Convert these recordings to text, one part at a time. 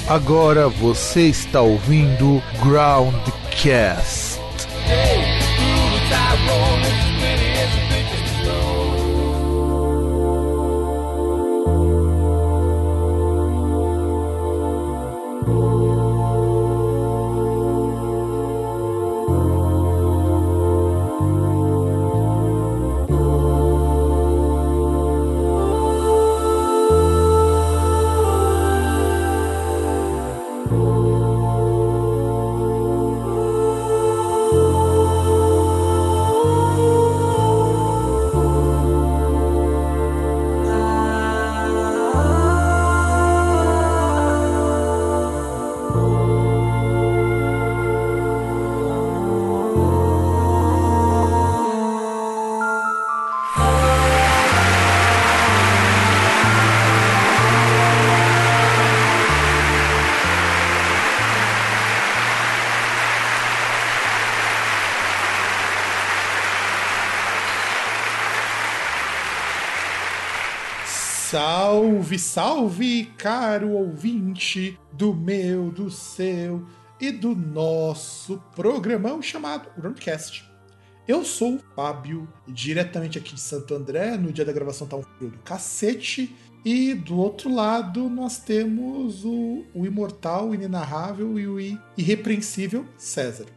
Agora você está ouvindo Groundcast. Salve, salve, caro ouvinte do meu, do seu e do nosso programão chamado Groundcast. Eu sou o Fábio, diretamente aqui de Santo André, no dia da gravação tá um frio do cacete, e do outro lado nós temos o imortal, o inenarrável e o irrepreensível César.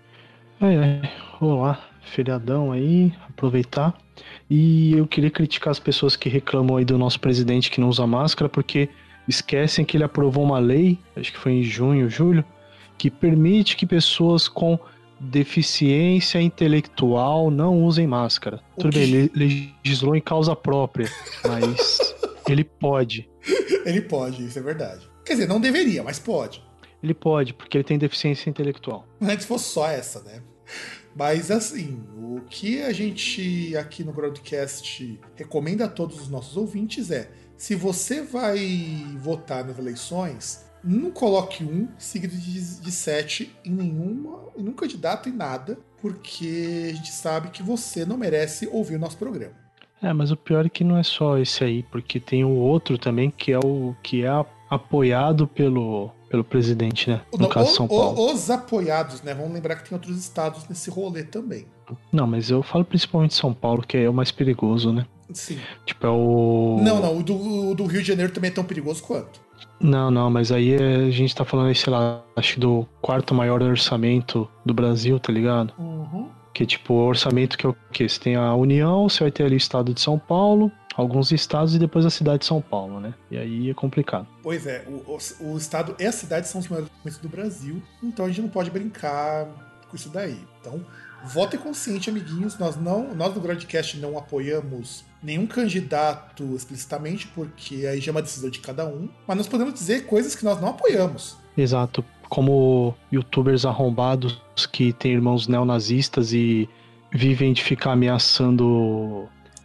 Olá, feriadão aí, aproveitar. E eu queria criticar as pessoas que reclamam aí do nosso presidente que não usa máscara, porque esquecem que ele aprovou uma lei, acho que foi em junho, julho, que permite que pessoas com deficiência intelectual não usem máscara. Tudo bem, ele legislou em causa própria, mas ele pode. Ele pode, isso é verdade. Quer dizer, não deveria, mas pode. Ele pode, porque ele tem deficiência intelectual. Não é que fosse só essa, né? Mas assim, o que a gente aqui no Groundcast recomenda a todos os nossos ouvintes é: se você vai votar nas eleições, não coloque um seguido de 7 em nenhum candidato em nada, porque a gente sabe que você não merece ouvir o nosso programa. Mas o pior é que não é só esse aí, porque tem o outro também que é o que é apoiado pelo presidente, né? No caso São Paulo. Os apoiados, né? Vamos lembrar que tem outros estados nesse rolê também. Não, mas eu falo principalmente São Paulo, que é o mais perigoso, né? Sim. Tipo, é o... Não, o do Rio de Janeiro também é tão perigoso quanto. Não, mas aí a gente tá falando aí, sei lá, acho do quarto maior orçamento do Brasil, tá ligado? Uhum. Que tipo, o orçamento que é o quê? Você tem a União, você vai ter ali o estado de São Paulo, alguns estados e depois a cidade de São Paulo, né? E aí é complicado. Pois é, o estado e a cidade são os maiores do Brasil, então a gente não pode brincar com isso daí. Então, votem consciente, amiguinhos. Nós do Groundcast não apoiamos nenhum candidato explicitamente, porque aí já é uma decisão de cada um, mas nós podemos dizer coisas que nós não apoiamos. Exato, como youtubers arrombados que têm irmãos neonazistas e vivem de ficar ameaçando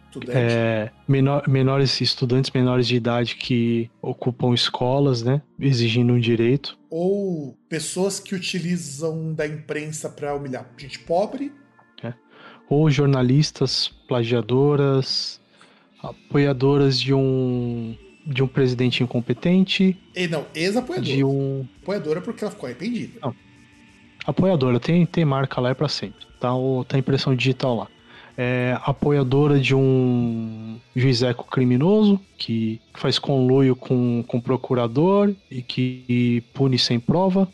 estudantes menores de idade que ocupam escolas, né, exigindo um direito. Ou pessoas que utilizam da imprensa para humilhar gente pobre. Ou jornalistas plagiadoras, apoiadoras de um presidente incompetente. E não, ex-apoiadora. Apoiadora porque ela ficou arrependida. Não. Apoiadora, tem marca lá, é pra sempre. Tá impressão digital lá. Apoiadora de um juizeco criminoso que faz conluio com o procurador e que pune sem prova.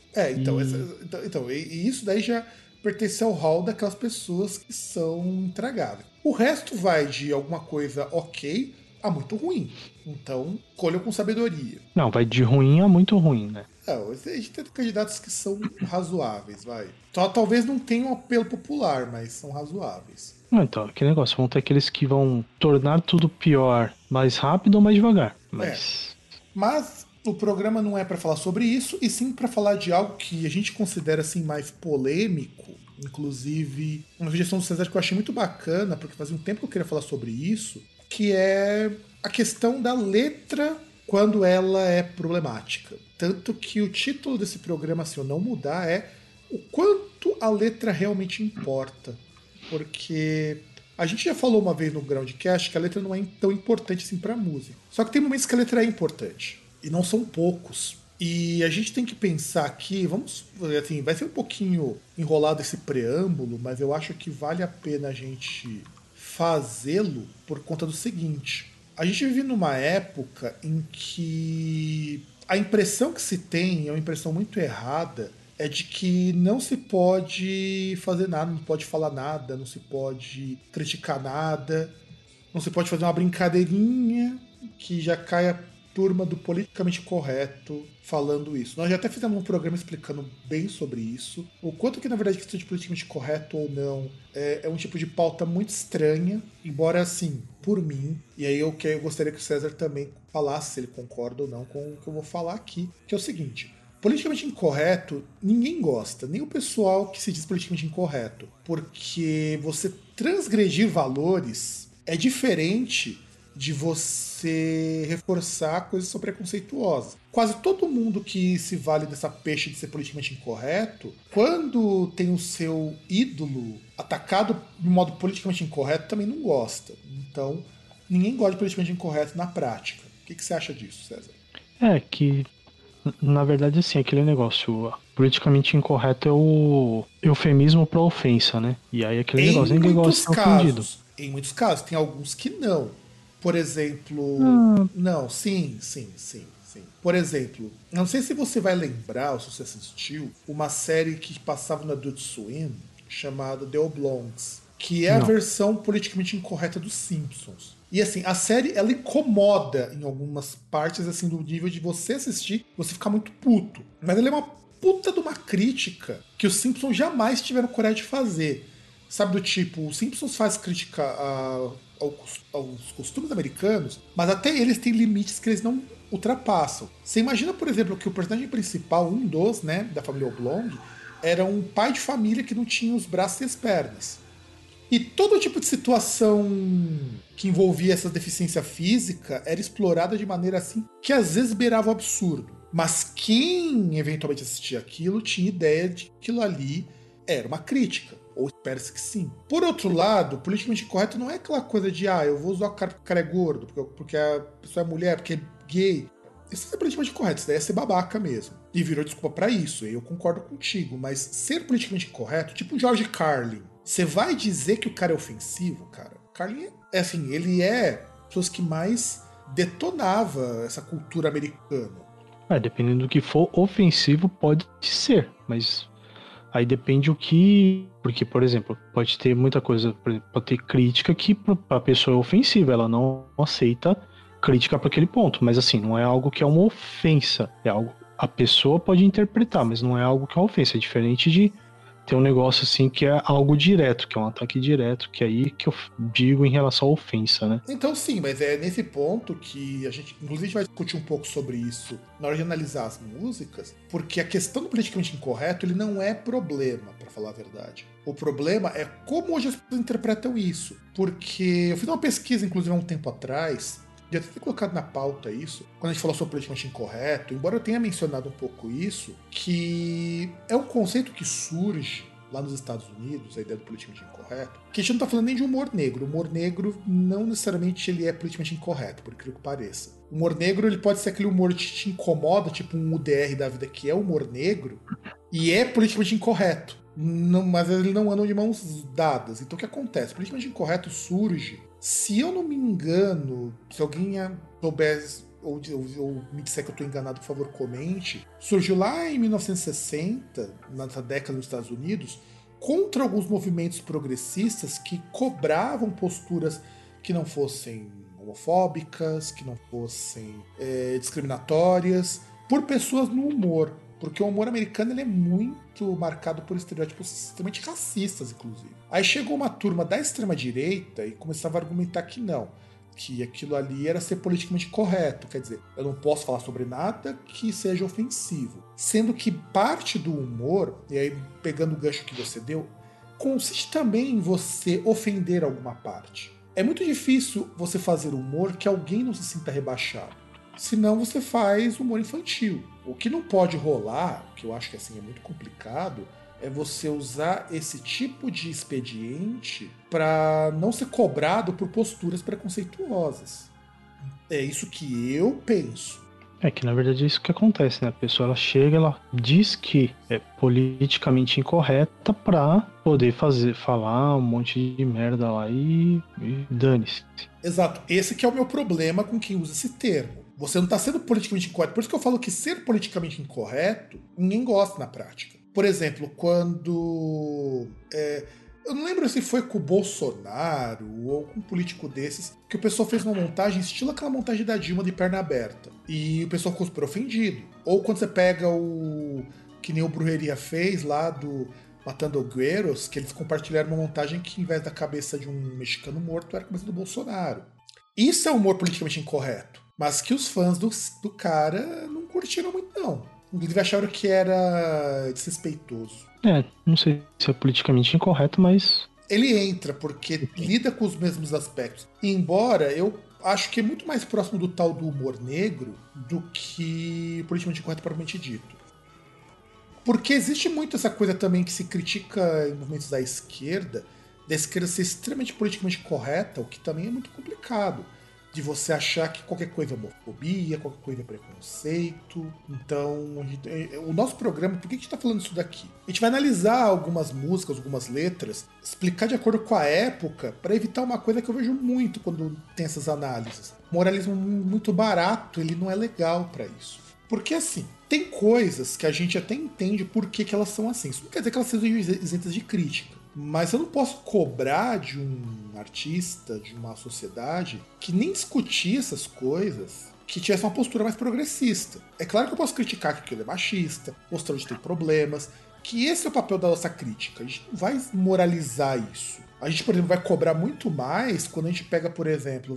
E isso daí já pertence ao hall daquelas pessoas que são intragáveis. O resto vai de alguma coisa ok a muito ruim. Então, colha com sabedoria. Não, vai de ruim a muito ruim, né? A gente tem candidatos que são razoáveis, vai. Talvez não tenham um apelo popular, mas são razoáveis. Então, que negócio, vão ter aqueles que vão tornar tudo pior mais rápido ou mais devagar. Mas o programa não é para falar sobre isso, e sim para falar de algo que a gente considera assim mais polêmico. Inclusive, uma sugestão do César que eu achei muito bacana, porque fazia um tempo que eu queria falar sobre isso, que é a questão da letra quando ela é problemática. Tanto que o título desse programa, se eu não mudar, é o quanto a letra realmente importa. Porque a gente já falou uma vez no Groundcast que a letra não é tão importante assim pra música. Só que tem momentos que a letra é importante. E não são poucos. E a gente tem que pensar aqui, assim, vai ser um pouquinho enrolado esse preâmbulo, mas eu acho que vale a pena a gente fazê-lo por conta do seguinte. A gente vive numa época em que a impressão que se tem é uma impressão muito errada, é de que não se pode fazer nada, não pode falar nada, não se pode criticar nada, não se pode fazer uma brincadeirinha que já cai a turma do politicamente correto falando isso. Nós já até fizemos um programa explicando bem sobre isso. O quanto que, na verdade, questão de politicamente correto ou não é um tipo de pauta muito estranha, embora, assim, por mim, e aí eu gostaria que o César também falasse se ele concorda ou não com o que eu vou falar aqui, que é o seguinte. Politicamente incorreto, ninguém gosta, nem o pessoal que se diz politicamente incorreto, porque você transgredir valores é diferente de você reforçar coisas que são preconceituosas. Quase todo mundo que se vale dessa peixe de ser politicamente incorreto, quando tem o seu ídolo atacado de modo politicamente incorreto, também não gosta. Então, ninguém gosta de politicamente incorreto na prática. O que você acha disso, César? É que, na verdade, assim, aquele negócio politicamente incorreto é o eufemismo pra ofensa, né? E aí aquele negócio, ninguém gosta de ser ofendido. Em muitos casos, tem alguns que não. Por exemplo. Ah, Não, sim. Por exemplo, não sei se você vai lembrar, ou se você assistiu, uma série que passava no Adult Swim chamada The Oblongs, que é a não. versão politicamente incorreta dos Simpsons. E assim, a série ela incomoda em algumas partes, assim, do nível de você assistir, você ficar muito puto. Mas ela é uma puta de uma crítica que os Simpsons jamais tiveram coragem de fazer. Sabe, do tipo, os Simpsons faz crítica aos costumes americanos, mas até eles têm limites que eles não ultrapassam. Você imagina, por exemplo, que o personagem principal, um dos, né, da família Oblong, era um pai de família que não tinha os braços e as pernas. E todo tipo de situação que envolvia essa deficiência física era explorada de maneira assim que às vezes beirava o absurdo. Mas quem eventualmente assistia aquilo tinha ideia de que aquilo ali era uma crítica. Ou espera-se que sim. Por outro lado, politicamente correto não é aquela coisa de eu vou usar o cara porque o cara é gordo, porque a pessoa é mulher, porque é gay. Isso é politicamente correto, isso daí é ser babaca mesmo. E virou desculpa pra isso, e eu concordo contigo. Mas ser politicamente correto, tipo o George Carlin, você vai dizer que o cara é ofensivo, cara? Carlin é assim, ele é pessoas que mais detonava essa cultura americana. Dependendo do que for ofensivo, pode ser, mas aí depende o que. Porque, por exemplo, pode ter muita coisa, pode ter crítica que pra pessoa é ofensiva, ela não aceita crítica para aquele ponto, mas assim, não é algo que é uma ofensa, é algo. A pessoa pode interpretar, mas não é algo que é uma ofensa, é diferente de ter um negócio assim que é algo direto, que é um ataque direto, que é aí que eu digo em relação à ofensa, né? Então sim, mas é nesse ponto que a gente, inclusive, vai discutir um pouco sobre isso na hora de analisar as músicas, porque a questão do politicamente incorreto, ele não é problema, pra falar a verdade. O problema é como hoje as pessoas interpretam isso, porque eu fiz uma pesquisa, inclusive, há um tempo atrás, já ter colocado na pauta isso, quando a gente falou sobre politicamente incorreto, embora eu tenha mencionado um pouco isso, que é um conceito que surge lá nos Estados Unidos, a ideia do politicamente incorreto, que a gente não tá falando nem de humor negro. O humor negro não necessariamente ele é politicamente incorreto, por incrível que pareça. O humor negro ele pode ser aquele humor que te incomoda, tipo um UDR da vida que é humor negro, e é politicamente incorreto. Não, mas ele não anda de mãos dadas. Então o que acontece? O politicamente incorreto surge, se eu não me engano, se alguém souber ou me disser que eu estou enganado, por favor, comente. Surgiu lá em 1960, nessa década nos Estados Unidos, contra alguns movimentos progressistas que cobravam posturas que não fossem homofóbicas, que não fossem discriminatórias, por pessoas no humor. Porque o humor americano ele é muito marcado por estereótipos extremamente racistas, inclusive. Aí chegou uma turma da extrema-direita e começava a argumentar que não, que aquilo ali era ser politicamente correto, quer dizer, eu não posso falar sobre nada que seja ofensivo. Sendo que parte do humor, e aí pegando o gancho que você deu, consiste também em você ofender alguma parte. É muito difícil você fazer humor que alguém não se sinta rebaixado. Senão você faz humor infantil. O que não pode rolar, que eu acho que assim é muito complicado, é você usar esse tipo de expediente para não ser cobrado por posturas preconceituosas. É isso que eu penso. É que na verdade é isso que acontece, né? A pessoa ela chega, ela diz que é politicamente incorreta pra poder falar um monte de merda lá e dane-se. Exato. Esse que é o meu problema com quem usa esse termo. Você não está sendo politicamente incorreto. Por isso que eu falo que ser politicamente incorreto, ninguém gosta na prática. Por exemplo, quando. Eu não lembro se foi com o Bolsonaro ou com um político desses, que o pessoal fez uma montagem, estilo aquela montagem da Dilma de perna aberta. E o pessoal ficou super ofendido. Ou quando você pega o. Que nem o Brujeria fez lá do Matando Guerreiros, que eles compartilharam uma montagem que, em vez da cabeça de um mexicano morto, era a cabeça do Bolsonaro. Isso é humor politicamente incorreto. Mas que os fãs do cara não curtiram muito, não. Inclusive acharam que era desrespeitoso. Não sei se é politicamente incorreto, mas. Ele entra porque lida com os mesmos aspectos. Embora eu acho que é muito mais próximo do tal do humor negro do que politicamente incorreto propriamente dito. Porque existe muito essa coisa também que se critica em movimentos da esquerda ser extremamente politicamente correta, o que também é muito complicado. De você achar que qualquer coisa é homofobia, qualquer coisa é preconceito. Então, o nosso programa, por que a gente está falando isso daqui? A gente vai analisar algumas músicas, algumas letras, explicar de acordo com a época, para evitar uma coisa que eu vejo muito quando tem essas análises. Moralismo muito barato, ele não é legal para isso. Porque assim, tem coisas que a gente até entende por que elas são assim. Isso não quer dizer que elas sejam isentas de crítica. Mas eu não posso cobrar de um artista, de uma sociedade, que nem discutia essas coisas, que tivesse uma postura mais progressista. É claro que eu posso criticar que aquilo é machista, mostrar onde tem problemas, que esse é o papel da nossa crítica. A gente não vai moralizar isso. A gente, por exemplo, vai cobrar muito mais quando a gente pega, por exemplo,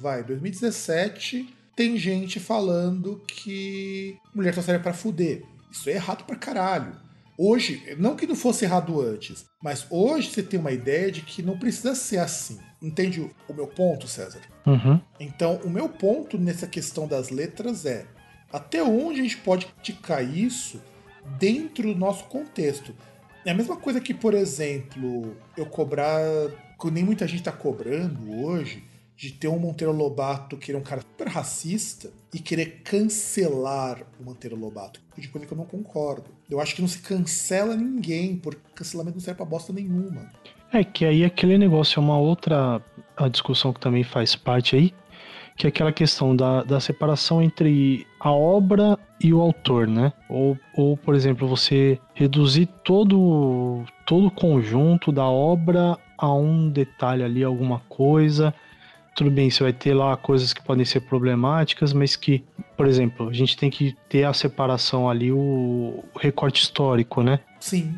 2017, tem gente falando que mulher só serve pra fuder. Isso é errado pra caralho. Hoje, não que não fosse errado antes, mas hoje você tem uma ideia de que não precisa ser assim. Entende o meu ponto, César? Uhum. Então, o meu ponto nessa questão das letras é até onde a gente pode criticar isso dentro do nosso contexto. É a mesma coisa que, por exemplo, eu cobrar, que nem muita gente está cobrando hoje, de ter um Monteiro Lobato que é um cara super racista e querer cancelar o Monteiro Lobato. De coisa que eu não concordo. Eu acho que não se cancela ninguém, porque cancelamento não serve pra bosta nenhuma. É que aí aquele negócio é uma outra a discussão que também faz parte aí, que é aquela questão da separação entre a obra e o autor, né? Ou por exemplo, você reduzir todo o conjunto da obra a um detalhe ali, alguma coisa. Tudo bem, você vai ter lá coisas que podem ser problemáticas, mas que, por exemplo, a gente tem que ter a separação ali, o recorte histórico, né? Sim.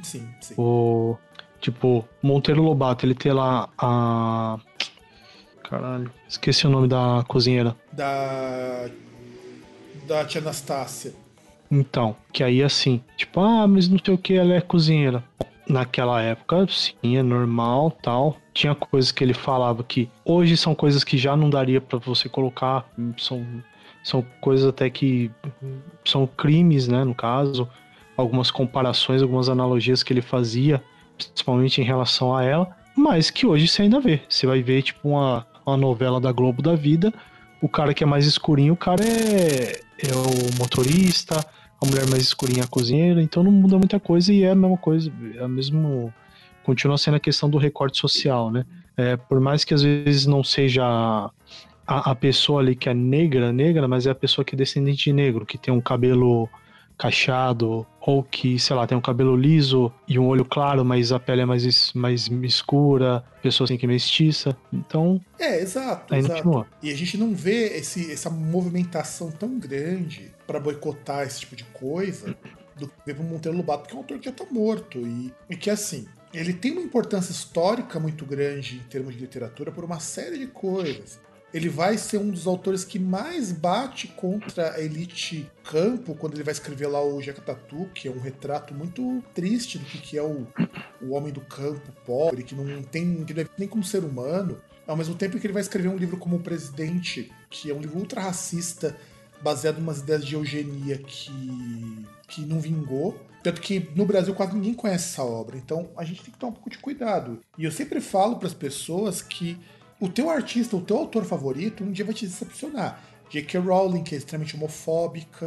Tipo, Monteiro Lobato, ele tem lá a... Caralho, esqueci o nome da cozinheira. Da tia Anastácia. Então, que aí assim, tipo, mas não sei o que, ela é cozinheira. Naquela época, sim, é normal, tal. Tinha coisas que ele falava que hoje são coisas que já não daria pra você colocar, são coisas até que são crimes, né, no caso. Algumas comparações, algumas analogias que ele fazia, principalmente em relação a ela, mas que hoje você ainda vê. Você vai ver, tipo, uma novela da Globo da vida, o cara que é mais escurinho, o cara é o motorista, a mulher mais escurinha é a cozinheira, então não muda muita coisa e é a mesma coisa, continua sendo a questão do recorte social, né? Por mais que às vezes não seja a pessoa ali que é negra, mas é a pessoa que é descendente de negro, que tem um cabelo cacheado, ou que, sei lá, tem um cabelo liso e um olho claro, mas a pele é mais escura, pessoa assim que é mestiça. Então, Exato. Continua. E a gente não vê essa movimentação tão grande para boicotar esse tipo de coisa do que o Monteiro Lobato, que é um autor que já tá morto. E que, assim, ele tem uma importância histórica muito grande em termos de literatura por uma série de coisas. Ele vai ser um dos autores que mais bate contra a elite campo quando ele vai escrever lá o Jacatatu, que é um retrato muito triste do que é o homem do campo pobre, que não tem nem como ser humano. Ao mesmo tempo que ele vai escrever um livro como O Presidente, que é um livro ultra racista, baseado em umas ideias de eugenia que não vingou. Tanto que no Brasil quase ninguém conhece essa obra. Então a gente tem que tomar um pouco de cuidado. E eu sempre falo para as pessoas que o teu artista, o teu autor favorito, um dia vai te decepcionar. J.K. Rowling, que é extremamente homofóbica.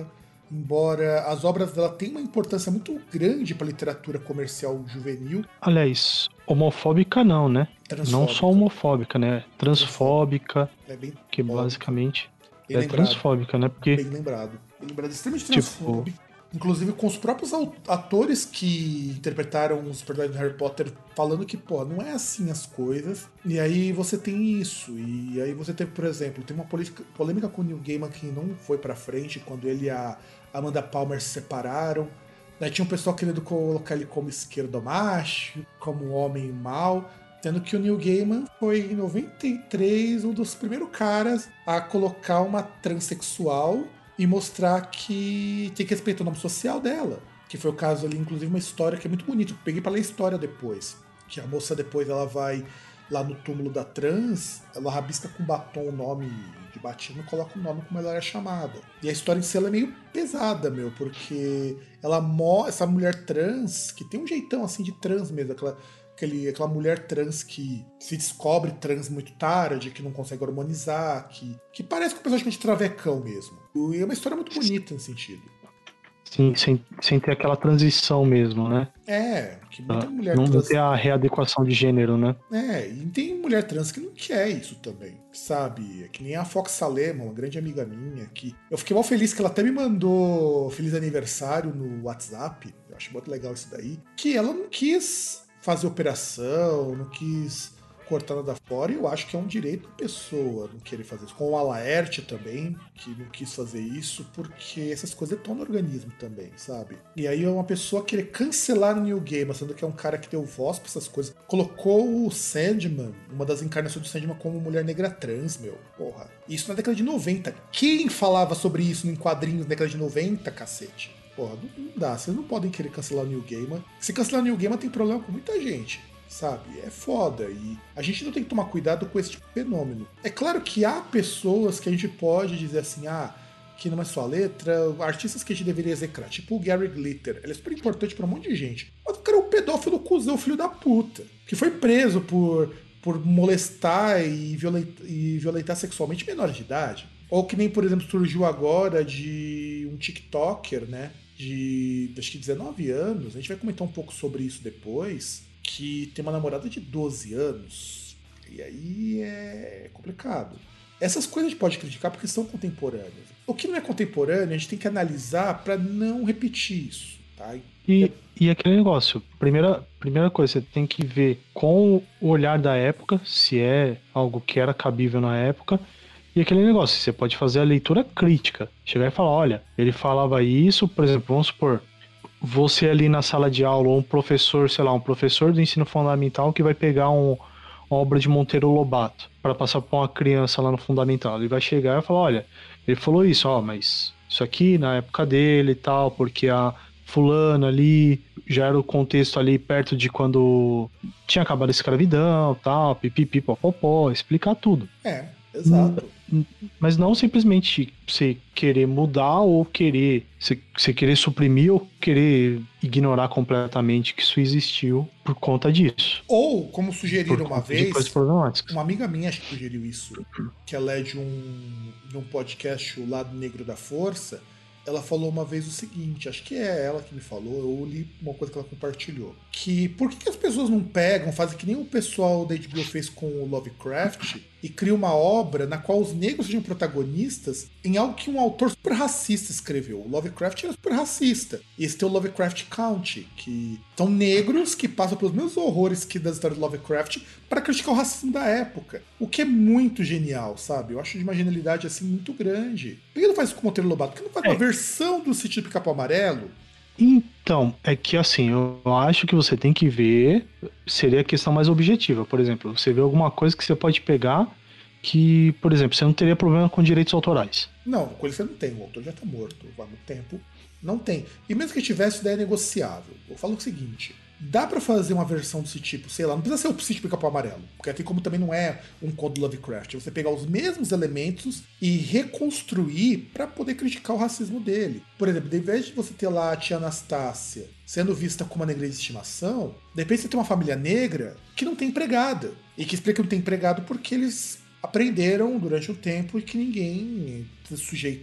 embora as obras dela tenham uma importância muito grande para a literatura comercial juvenil. Aliás, homofóbica não, né? Não só homofóbica, né? Transfóbica, é bem que basicamente bem é lembrado. transfóbica, né? Porque, bem lembrado. Extremamente transfóbica. Inclusive com os próprios atores que interpretaram os personagens do Harry Potter falando que, pô, não é assim as coisas. E aí você tem isso. E aí você teve, por exemplo, tem uma polêmica com o Neil Gaiman que não foi pra frente quando ele e a Amanda Palmer se separaram. Daí tinha um pessoal querendo colocar ele como esquerdomacho, como homem mau. Sendo que o Neil Gaiman foi, em 93, um dos primeiros caras a colocar uma transexual e mostrar que tem que respeitar o nome social dela. Que foi o caso ali, inclusive, uma história que é muito bonita. Eu peguei pra ler a história depois. Que a moça depois ela vai lá no túmulo da trans, ela rabisca com batom o nome de batismo e coloca o nome como ela era chamada. E a história em si ela é meio pesada, porque essa mulher trans, que tem um jeitão assim de trans mesmo, aquela mulher trans que se descobre trans muito tarde, que não consegue hormonizar, que parece com um personagem de travecão mesmo. E é uma história muito bonita nesse sentido. Sim, sem ter aquela transição mesmo, né? Que muita mulher trans... Não ter a readequação de gênero, né? E tem mulher trans que não quer isso também, sabe? É que nem a Fox Salema, uma grande amiga minha, que eu fiquei mal feliz que ela até me mandou feliz aniversário no WhatsApp, eu acho muito legal isso daí, que ela não quis fazer operação, não quis cortar nada fora, e eu acho que é um direito da pessoa não querer fazer isso. Com o Alaerte também, que não quis fazer isso, porque essas coisas detonam no organismo também, sabe? E aí uma pessoa querer cancelar o Neil Gaiman, sendo que é um cara que deu voz pra essas coisas, colocou o Sandman, uma das encarnações do Sandman, como mulher negra trans, meu. Porra. Isso na década de 90. Quem falava sobre isso em quadrinhos na década de 90, cacete? Porra, não dá. Vocês não podem querer cancelar o Neil Gaiman. Se cancelar o Neil Gaiman tem problema com muita gente, sabe? É foda. E a gente não tem que tomar cuidado com esse tipo de fenômeno. É claro que há pessoas que a gente pode dizer assim, que não é só letra, artistas que a gente deveria execrar, tipo o Gary Glitter. Ele é super importante pra um monte de gente. Mas o cara é um pedófilo cuzão, filho da puta, que foi preso por molestar e violentar sexualmente menores de idade. Ou que nem, por exemplo, surgiu agora de um TikToker, né? De acho que 19 anos. A gente vai comentar um pouco sobre isso depois. Que tem uma namorada de 12 anos. E aí é complicado. Essas coisas a gente pode criticar porque são contemporâneas. O que não é contemporâneo, a gente tem que analisar para não repetir isso, tá? E aquele negócio, primeira coisa, você tem que ver com o olhar da época, se é algo que era cabível na época. E aquele negócio, você pode fazer a leitura crítica. Chegar e falar, olha, ele falava isso, por exemplo, vamos supor, você ali na sala de aula, ou um professor, sei lá, um professor do ensino fundamental que vai pegar uma obra de Monteiro Lobato para passar para uma criança lá no fundamental. Ele vai chegar e falar, olha, ele falou isso, mas isso aqui na época dele e tal, porque a fulana ali já era o contexto ali perto de quando tinha acabado a escravidão, tal, pipipi, popopó, explicar tudo. Exato. Mas não simplesmente você querer mudar ou você querer suprimir ou querer ignorar completamente que isso existiu por conta disso. Ou, como sugeriram uma vez, uma amiga minha acho que sugeriu isso, que ela é de um podcast, O Lado Negro da Força. Ela falou uma vez o seguinte, acho que é ela que me falou, eu li uma coisa que ela compartilhou, que por que as pessoas não pegam, fazem que nem o pessoal da HBO fez com o Lovecraft e cria uma obra na qual os negros sejam protagonistas em algo que um autor super racista escreveu. O Lovecraft era super racista. E esse tem o Lovecraft Country, que são negros que passam pelos mesmos horrores que das histórias do Lovecraft para criticar o racismo da época. O que é muito genial, sabe? Eu acho de uma genialidade assim muito grande. Por que não faz isso com o Monteiro Lobato? Por que não faz uma versão do Sítio do Capão Amarelo? Então, é que assim, eu acho que você tem que ver, seria a questão mais objetiva. Por exemplo, você vê alguma coisa que você pode pegar que, por exemplo, você não teria problema com direitos autorais. Não, com ele você não tem, o autor já tá morto há muito tempo. Não tem. E mesmo que tivesse, ideia negociável. Eu falo o seguinte, dá pra fazer uma versão desse tipo, sei lá, não precisa ser o Sítio do Capão Amarelo, porque até como também não é um conto do Lovecraft, você pegar os mesmos elementos e reconstruir pra poder criticar o racismo dele. Por exemplo, ao invés de você ter lá a tia Anastácia sendo vista como uma negra de estimação, de repente você tem uma família negra que não tem empregada, e que explica que não tem empregado porque eles aprenderam durante o tempo e que ninguém se sujeitar.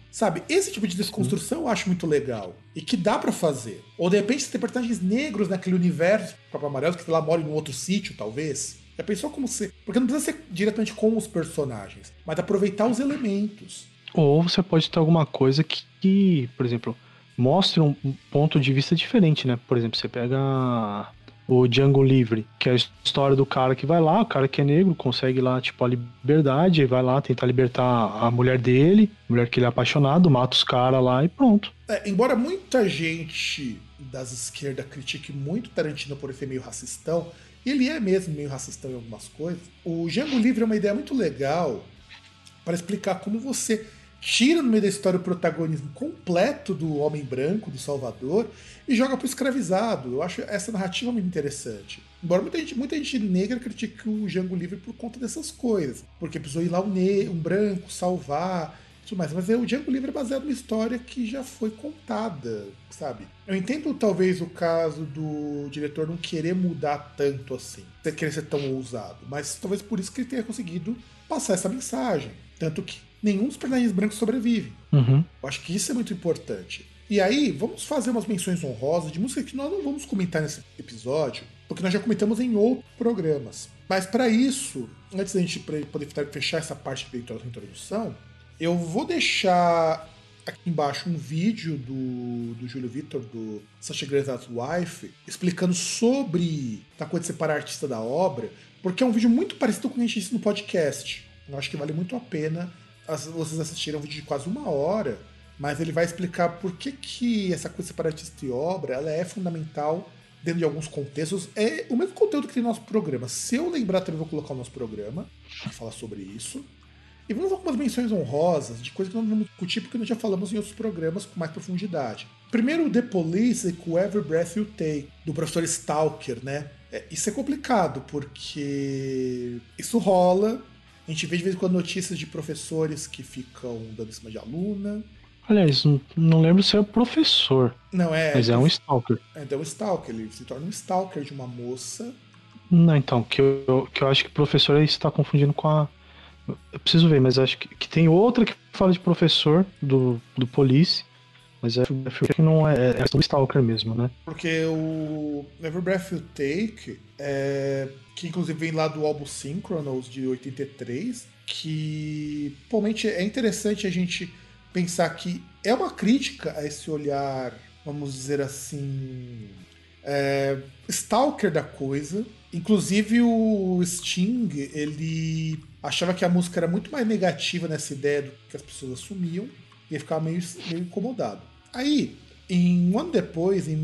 Sabe, esse tipo de desconstrução eu acho muito legal. E que dá pra fazer. Ou de repente você tem personagens negros naquele universo, o próprio Amarelo, que lá mora em um outro sítio, talvez. Já pensou como ser? Porque não precisa ser diretamente com os personagens, mas aproveitar os elementos. Ou você pode ter alguma coisa que, por exemplo, mostre um ponto de vista diferente, né? Por exemplo, você pega o Django Livre, que é a história do cara que vai lá, o cara que é negro, consegue lá, tipo, a liberdade, vai lá tentar libertar a mulher dele, mulher que ele é apaixonado, mata os caras lá e pronto. Embora muita gente das esquerdas critique muito Tarantino por ser meio racistão, e ele é mesmo meio racistão em algumas coisas, o Django Livre é uma ideia muito legal para explicar como você tira no meio da história o protagonismo completo do homem branco, do Salvador, e joga pro escravizado. Eu acho essa narrativa muito interessante. Embora muita gente negra critique o Django Livre por conta dessas coisas. Porque precisou ir lá um branco salvar, tudo mais. Mas o Django Livre é baseado numa história que já foi contada, sabe? Eu entendo talvez o caso do diretor não querer mudar tanto assim, querer ser tão ousado, mas talvez por isso que ele tenha conseguido passar essa mensagem. Tanto que nenhum dos personagens brancos sobrevive. Uhum. Eu acho que isso é muito importante. E aí, vamos fazer umas menções honrosas de música que nós não vamos comentar nesse episódio, porque nós já comentamos em outros programas. Mas para isso, antes da gente poder fechar essa parte da introdução, eu vou deixar aqui embaixo um vídeo do Júlio Vitor, do Such a Great Wife, explicando sobre a coisa de separar artista da obra, porque é um vídeo muito parecido com o que a gente disse no podcast. Eu acho que vale muito a pena vocês assistirem um vídeo de quase 1 hora, mas ele vai explicar por que essa coisa de separar artista e obra ela é fundamental dentro de alguns contextos. É o mesmo conteúdo que tem no nosso programa. Se eu lembrar, também vou colocar o nosso programa para falar sobre isso. E vamos algumas menções honrosas de coisas que nós não vamos discutir porque nós já falamos em outros programas com mais profundidade. Primeiro, The Police com Every Breath You Take, do professor Stalker, né? Isso é complicado porque isso rola. A gente vê de vez em quando notícias de professores que ficam dando em cima de aluna. Aliás, não lembro se é o professor. Não, mas é um stalker. É um stalker, ele se torna um stalker de uma moça. Não, então, que eu acho que professor aí você tá confundindo com a... Eu preciso ver, mas acho que tem outra que fala de professor do Police, mas acho que não é um stalker mesmo, né? Porque o Every Breath You Take, que inclusive vem lá do álbum Synchronous de 83, que realmente é interessante a gente pensar que é uma crítica a esse olhar, vamos dizer assim, stalker da coisa. Inclusive o Sting, ele achava que a música era muito mais negativa nessa ideia do que as pessoas assumiam, e ele ficava meio incomodado. Aí, em um ano depois, em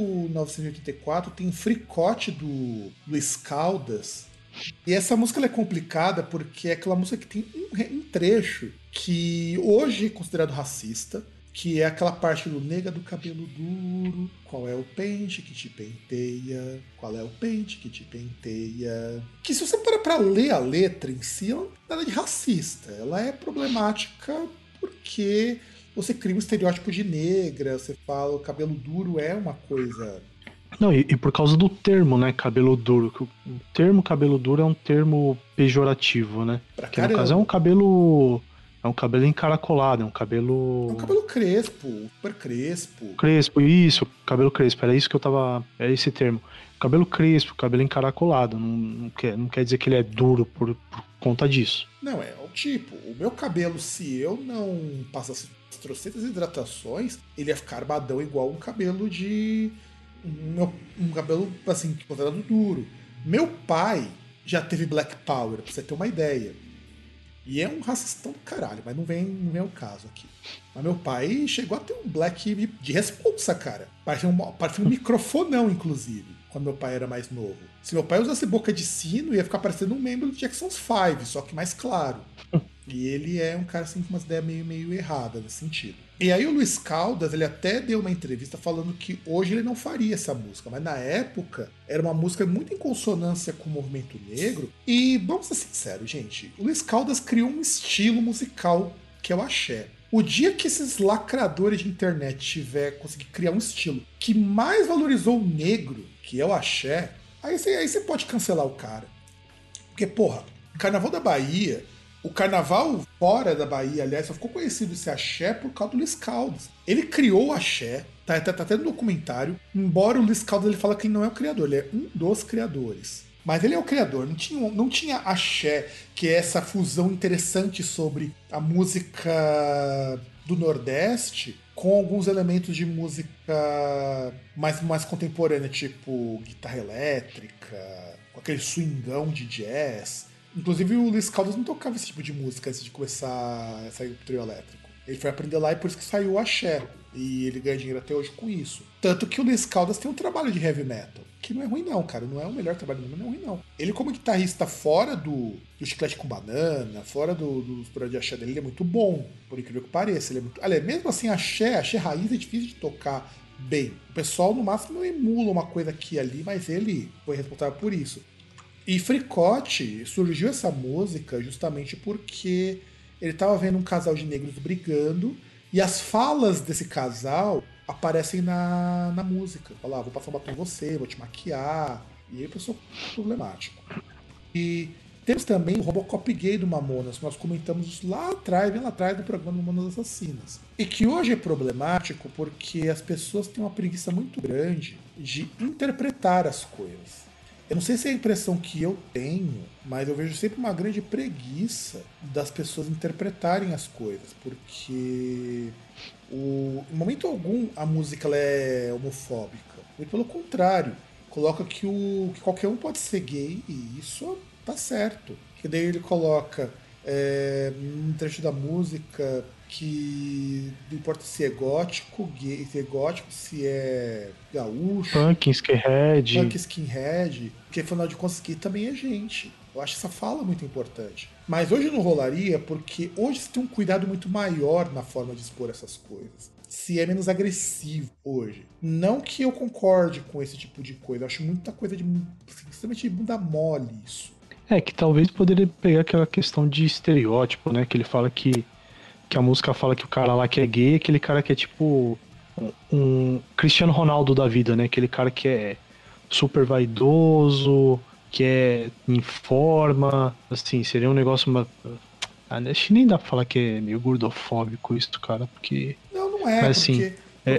1984, tem um fricote do Luiz Caldas. E essa música ela é complicada porque é aquela música que tem um trecho que hoje é considerado racista, que é aquela parte do nega do cabelo duro, qual é o pente que te penteia, qual é o pente que te penteia. Que se você parar pra ler a letra em si, ela não é nada de racista. Ela é problemática porque você cria um estereótipo de negra, você fala o cabelo duro é uma coisa... Não, e por causa do termo, né, cabelo duro. O termo cabelo duro é um termo pejorativo, né? Porque no caso é um cabelo encaracolado, é um cabelo... É um cabelo crespo, super crespo. Crespo, isso, cabelo crespo, era isso que eu tava... É esse termo. Cabelo crespo, cabelo encaracolado, não quer dizer que ele é duro por conta disso. Não, é o tipo, o meu cabelo, se eu não passasse trocentas hidratações, ele ia ficar armadão igual um cabelo de... Um cabelo, assim, considerado duro. Meu pai já teve Black Power, pra você ter uma ideia. E é um racistão do caralho, mas não vem o caso aqui. Mas meu pai chegou a ter um black de responsa, cara. Parecia um microfonão, inclusive, quando meu pai era mais novo. Se meu pai usasse boca de sino, ia ficar parecendo um membro do Jackson's 5, só que mais claro. E ele é um cara assim com umas ideias meio erradas nesse sentido. E aí o Luiz Caldas, ele até deu uma entrevista falando que hoje ele não faria essa música, mas na época era uma música muito em consonância com o movimento negro. E vamos ser sinceros, gente, o Luiz Caldas criou um estilo musical que é o axé. O dia que esses lacradores de internet conseguir criar um estilo que mais valorizou o negro, que é o axé, aí você pode cancelar o cara. Porque, porra, Carnaval da Bahia O carnaval fora da Bahia, aliás, só ficou conhecido esse axé por causa do Luiz Caldas. Ele criou o axé, tá até no documentário, embora o Luiz Caldas ele fala que ele não é o criador, ele é um dos criadores. Mas ele é o criador, não tinha axé, que é essa fusão interessante sobre a música do Nordeste com alguns elementos de música mais contemporânea, tipo guitarra elétrica, com aquele swingão de jazz. Inclusive o Luiz Caldas não tocava esse tipo de música antes de começar a sair do trio elétrico. Ele foi aprender lá e por isso que saiu o axé. E ele ganha dinheiro até hoje com isso. Tanto que o Luiz Caldas tem um trabalho de heavy metal, que não é ruim não, cara. Não é o melhor trabalho do mundo, não é ruim não. Ele como guitarrista fora do Chiclete com Banana, fora dos projetos de axé dele, ele é muito bom. Por incrível que pareça. Ele é muito... Aliás, mesmo assim, axé raiz é difícil de tocar bem. O pessoal, no máximo, emula uma coisa aqui e ali, mas ele foi responsável por isso. E Fricote surgiu essa música justamente porque ele estava vendo um casal de negros brigando e as falas desse casal aparecem na música. Fala, vou passar um batom em você, vou te maquiar. E aí pessoal problemático. E temos também o Robocop gay do Mamonas, que nós comentamos lá atrás, bem lá atrás do programa Mamonas Assassinas. E que hoje é problemático porque as pessoas têm uma preguiça muito grande de interpretar as coisas. Eu não sei se é a impressão que eu tenho, mas eu vejo sempre uma grande preguiça das pessoas interpretarem as coisas, porque em momento algum a música ela é homofóbica. E pelo contrário, coloca que qualquer um pode ser gay e isso tá certo. Que daí ele coloca um trecho da música que não importa se é gótico, gay, se é gótico, se é gaúcho, punk, skinhead, porque afinal de contas gay também é gente. Eu acho essa fala muito importante. Mas hoje não rolaria porque hoje se tem um cuidado muito maior na forma de expor essas coisas. Se é menos agressivo hoje. Não que eu concorde com esse tipo de coisa. Eu acho muita coisa extremamente de bunda mole isso. É, que talvez poderia pegar aquela questão de estereótipo, né? Que ele fala que a música fala que o cara lá que é gay é aquele cara que é tipo um Cristiano Ronaldo da vida, né? Aquele cara que é super vaidoso, que é em forma, assim, seria um negócio... acho que nem dá pra falar que é meio gordofóbico isso, cara, porque... Não é, mas, assim,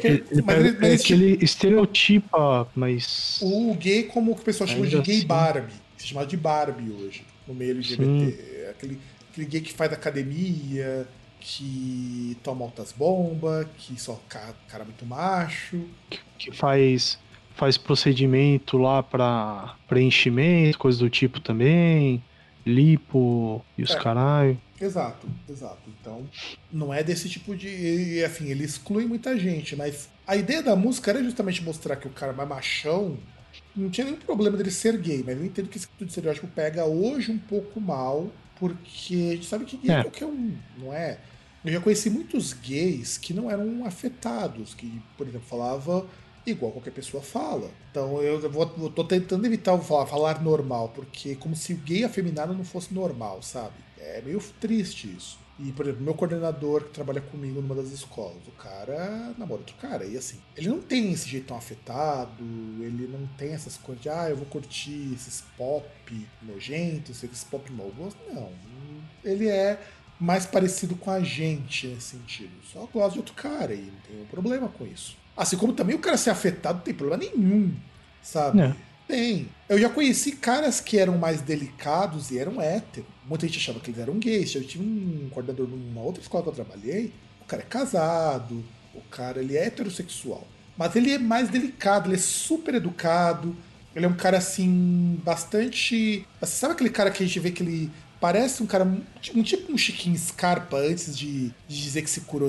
ele estereotipa, mas... O gay como o que o pessoal chama de gay assim... Barbie, se chama de Barbie hoje, no meio LGBT. Aquele gay que faz academia, que toma altas bombas, que só cara muito macho. Que faz procedimento lá pra preenchimento, coisa do tipo também, lipo e os caralho. Exato. Então, não é desse tipo de... Assim, ele exclui muita gente, mas a ideia da música era justamente mostrar que o cara mais machão não tinha nenhum problema dele ser gay, mas eu entendo que esse tipo de estereótipo pega hoje um pouco mal, porque a gente sabe que gay é qualquer um, não é? Eu já conheci muitos gays que não eram afetados, que, por exemplo, falava igual qualquer pessoa fala. Então eu tô tentando evitar falar normal, porque como se o gay afeminado não fosse normal, sabe? É meio triste isso. E, por exemplo, meu coordenador que trabalha comigo numa das escolas, o cara namora outro cara, e assim, ele não tem esse jeito tão afetado, ele não tem essas coisas de, eu vou curtir esses pop nojentos, esses pop mau gosto, não. Ele é mais parecido com a gente nesse sentido. Só gosta de outro cara e não tem um problema com isso. Assim como também o cara ser afetado não tem problema nenhum, sabe? Não. Tem. Eu já conheci caras que eram mais delicados e eram héteros. Muita gente achava que eles eram gays. Eu tive um coordenador numa outra escola que eu trabalhei. O cara é casado, o cara ele é heterossexual. Mas ele é mais delicado, ele é super educado. Ele é um cara assim, bastante... Sabe aquele cara que a gente vê que ele parece um cara, tipo um Chiquinho Scarpa antes de dizer que se curou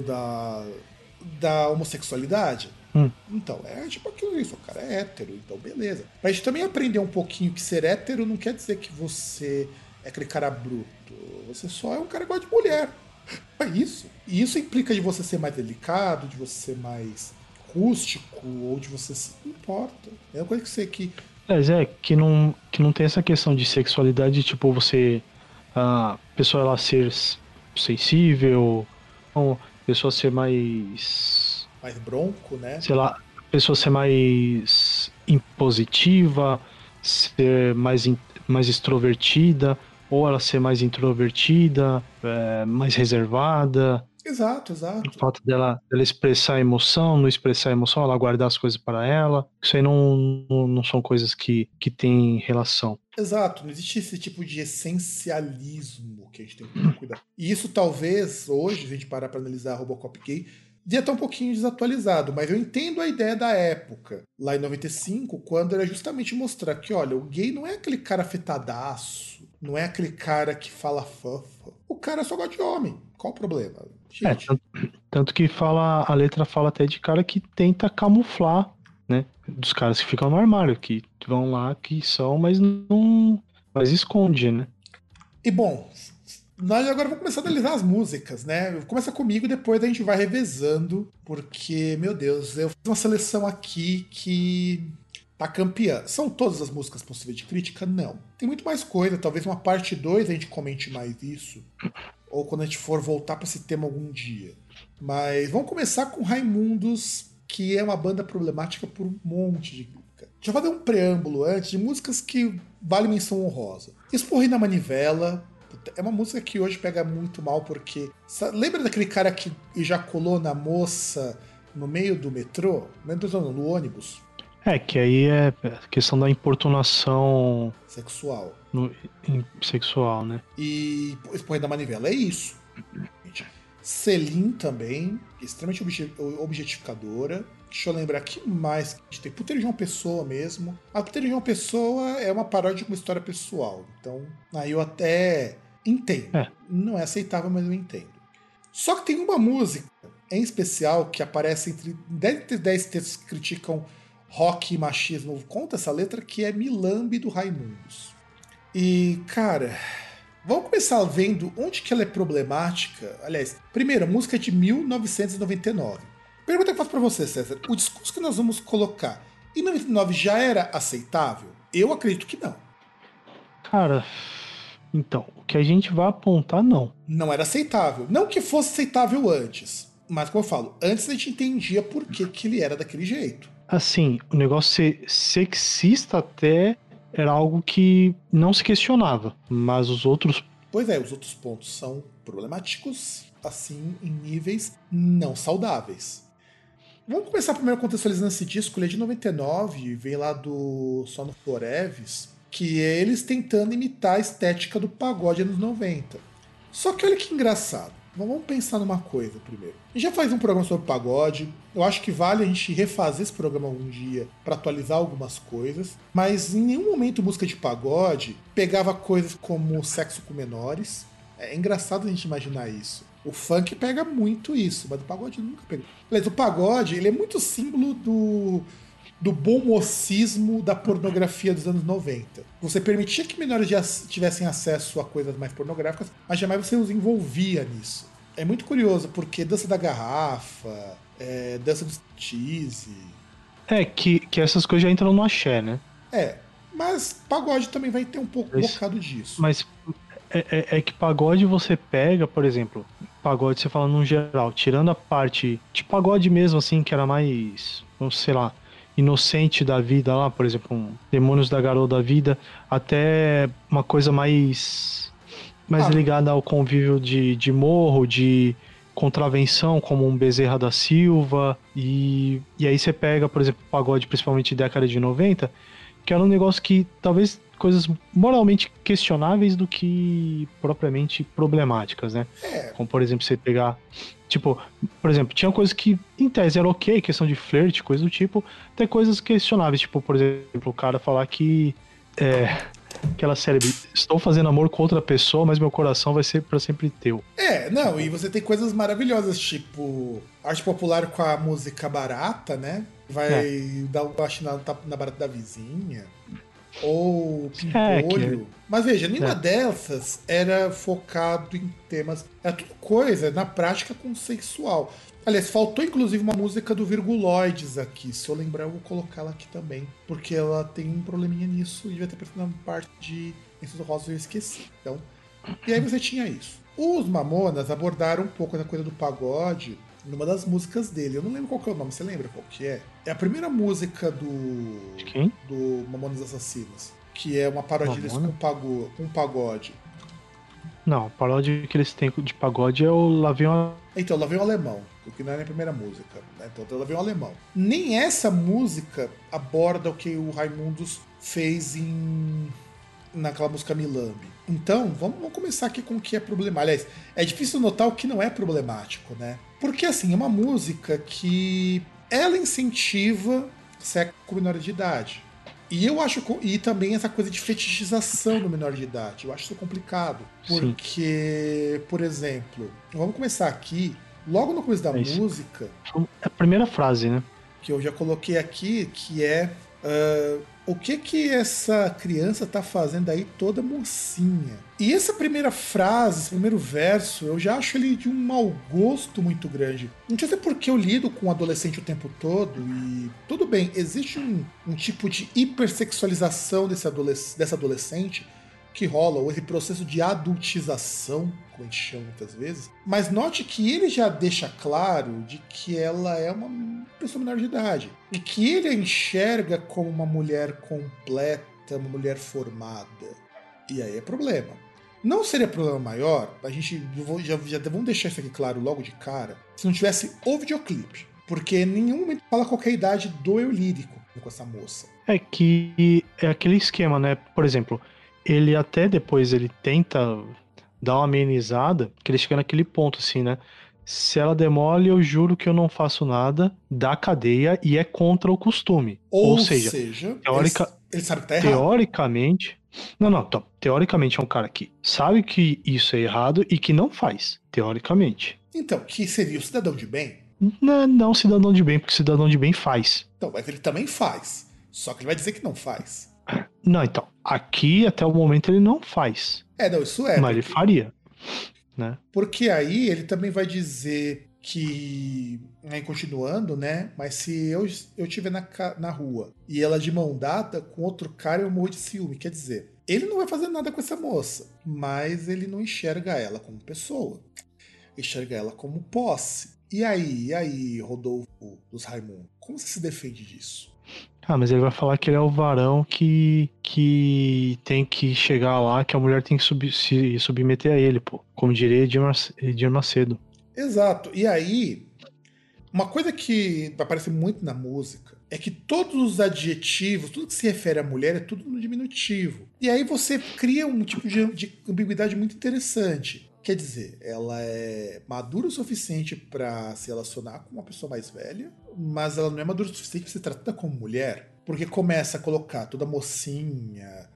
da homossexualidade? Então, é tipo aquilo isso, o cara é hétero, então beleza. Pra gente também aprender um pouquinho que ser hétero não quer dizer que você é aquele cara bruto. Você só é um cara que gosta de mulher. É isso. E isso implica de você ser mais delicado, de você ser mais rústico, ou de você se importa. É uma coisa que você que... que não tem essa questão de sexualidade, tipo, você... A pessoa ela ser sensível, ou a pessoa ser mais bronco, né? Sei lá, a pessoa ser mais impositiva, ser mais extrovertida. ou ela ser mais introvertida, mais reservada. Exato, O exato. fato dela expressar emoção, não expressar emoção, ela guardar as coisas para ela. Isso aí não são coisas que têm relação. Exato, não existe esse tipo de essencialismo que a gente tem que tomar cuidado. E isso talvez, hoje, se a gente parar para analisar Robocop gay, devia estar um pouquinho desatualizado, mas eu entendo a ideia da época, lá em 95, quando era justamente mostrar que, olha, o gay não é aquele cara afetadaço, não é aquele cara que fala fofa. O cara só gosta de homem. Qual o problema? Gente. Tanto que a letra fala até de cara que tenta camuflar, né? Dos caras que ficam no armário, que vão lá, que são, mas esconde, né? E bom, nós agora vamos começar a analisar as músicas, né? Começa comigo e depois a gente vai revezando, porque, meu Deus, eu fiz uma seleção aqui que tá campeã. São todas as músicas possíveis de crítica? Não. Tem muito mais coisa, talvez uma parte 2 a gente comente mais isso, ou quando a gente for voltar para esse tema algum dia. Mas vamos começar com Raimundos, que é uma banda problemática por um monte de crítica. Deixa eu fazer um preâmbulo antes de músicas que valem menção honrosa. Esporri na Manivela, é uma música que hoje pega muito mal porque... Lembra daquele cara que ejaculou na moça no meio do metrô? No ônibus? Que aí é questão da importunação Sexual. sexual, né? E Esporri na Manivela é isso. Selim também, extremamente objetificadora. Deixa eu lembrar que mais que a gente tem. Puteiro de uma Pessoa mesmo. A Puteiro de uma Pessoa é uma paródia de uma história pessoal. Então, aí eu até entendo. Não é aceitável, mas eu entendo. Só que tem uma música em especial que aparece entre 10 textos que criticam rock e machismo contra essa letra, que é Milambe do Raimundos. E, cara... Vamos começar vendo onde que ela é problemática. Aliás, primeiro, a música é de 1999. Pergunta que eu faço pra você, César. O discurso que nós vamos colocar em 99 já era aceitável? Eu acredito que não. Cara, então, o que a gente vai apontar, não. Não era aceitável. Não que fosse aceitável antes. Mas, como eu falo, antes a gente entendia por que ele era daquele jeito. Assim, o negócio ser sexista até... era algo que não se questionava, mas os outros... Pois é, os outros pontos são problemáticos, assim, em níveis não saudáveis. Vamos começar primeiro contextualizando esse disco, ele é de 99, vem lá do Sono Foreves, que é eles tentando imitar a estética do pagode anos 90. Só que olha que engraçado. Vamos pensar numa coisa primeiro. A gente já faz um programa sobre pagode. Eu acho que vale a gente refazer esse programa algum dia para atualizar algumas coisas. Mas em nenhum momento música de pagode pegava coisas como sexo com menores. É engraçado a gente imaginar isso. O funk pega muito isso, mas o pagode nunca pegou. Aliás, o pagode ele é muito símbolo do bom mocismo da pornografia dos anos 90. Você permitia que menores tivessem acesso a coisas mais pornográficas, mas jamais você os envolvia nisso. É muito curioso, porque dança da garrafa, dança do cheese... que essas coisas já entram no axé, né? Mas pagode também vai ter um pouco bocado disso. Mas é que pagode você pega, por exemplo, pagode você fala num geral, tirando a parte de pagode mesmo, assim, que era mais, sei lá, inocente da vida lá, por exemplo, Demônios da Garoa da Vida, até uma coisa mais ligada ao convívio de morro, de contravenção, como um Bezerra da Silva, e aí você pega, por exemplo, pagode, principalmente década de 90, que era um negócio que talvez coisas moralmente questionáveis do que propriamente problemáticas, né? Como, por exemplo, você pegar... Tipo, por exemplo, tinha coisas que, em tese, era ok, questão de flerte, coisa do tipo, até coisas questionáveis, tipo, por exemplo, o cara falar que aquela série, estou fazendo amor com outra pessoa, mas meu coração vai ser pra sempre teu. Não, e você tem coisas maravilhosas, tipo, arte popular com a música barata, né? Vai dar um baixo na barata da vizinha. Ou Pimpolho. Mas veja, nenhuma dessas era focado em temas. Era tudo coisa, na prática, consensual. Aliás, faltou inclusive uma música do Virguloides aqui. Se eu lembrar, eu vou colocá-la aqui também. Porque ela tem um probleminha nisso e devia ter aparecido na parte de Lenços Rosas e eu esqueci. Então, e aí você tinha isso. Os Mamonas abordaram um pouco da coisa do pagode numa das músicas dele. Eu não lembro qual que é o nome, você lembra qual que é? É a primeira música de quem? do Mamonas Assassinas, que é uma paródia deles com pagode. Não, a paródia que eles têm de pagode é o Lá Vem uma... Então, lá vem o alemão, o que não é nem a primeira música, né? Então, lá vem o alemão. Nem essa música aborda o que o Raimundos fez naquela música Milambe. Então, vamos começar aqui com o que é problemático. Aliás, é difícil notar o que não é problemático, né? Porque, assim, é uma música que ela incentiva sexo com menor de idade. E eu acho. E também essa coisa de fetichização do menor de idade. Eu acho isso complicado. Porque, por exemplo, vamos começar aqui. Logo no começo da música. É a primeira frase, né? Que eu já coloquei aqui, que é. O que essa criança tá fazendo aí toda mocinha? E essa primeira frase, esse primeiro verso, eu já acho ele de um mau gosto muito grande. Não sei se é porque eu lido com adolescente o tempo todo e tudo bem, existe um tipo de hipersexualização dessa adolescente que rola, ou esse processo de adultização, como a gente chama muitas vezes, mas note que ele já deixa claro de que ela é uma pessoa menor de idade, e que ele a enxerga como uma mulher completa, uma mulher formada. E aí é problema. Não seria problema maior, a gente já vamos deixar isso aqui claro logo de cara, se não tivesse o videoclipe, porque em nenhum momento fala qual é a idade do eu lírico com essa moça. É que é aquele esquema, né? Por exemplo, ele até depois ele tenta dar uma amenizada, que ele chega naquele ponto assim, né? Se ela demole, eu juro que eu não faço nada, dá cadeia e é contra o costume. Ou seja ele sabe que tá errado. Teoricamente... Não, teoricamente é um cara que sabe que isso é errado e que não faz, teoricamente. Então, que seria o cidadão de bem? Não cidadão de bem, porque cidadão de bem faz. Então, mas ele também faz. Só que ele vai dizer que não faz. Não, então, aqui até o momento ele não faz. Não, isso é. Mas ele faria, né? Porque aí ele também vai dizer que, aí continuando, né? Mas se eu estiver na rua e ela de mão dada com outro cara, eu morro de ciúme. Quer dizer, ele não vai fazer nada com essa moça, mas ele não enxerga ela como pessoa. Enxerga ela como posse. E aí, Rodolfo dos Raimundos, como você se defende disso? Ah, mas ele vai falar que ele é o varão que tem que chegar lá, que a mulher tem que se submeter a ele, pô. Como diria Edir Macedo. Exato. E aí, uma coisa que aparece muito na música é que todos os adjetivos, tudo que se refere à mulher é tudo no diminutivo. E aí você cria um tipo de ambiguidade muito interessante. Quer dizer, ela é madura o suficiente para se relacionar com uma pessoa mais velha, mas ela não é madura o suficiente para ser tratada como mulher. Porque começa a colocar toda mocinha,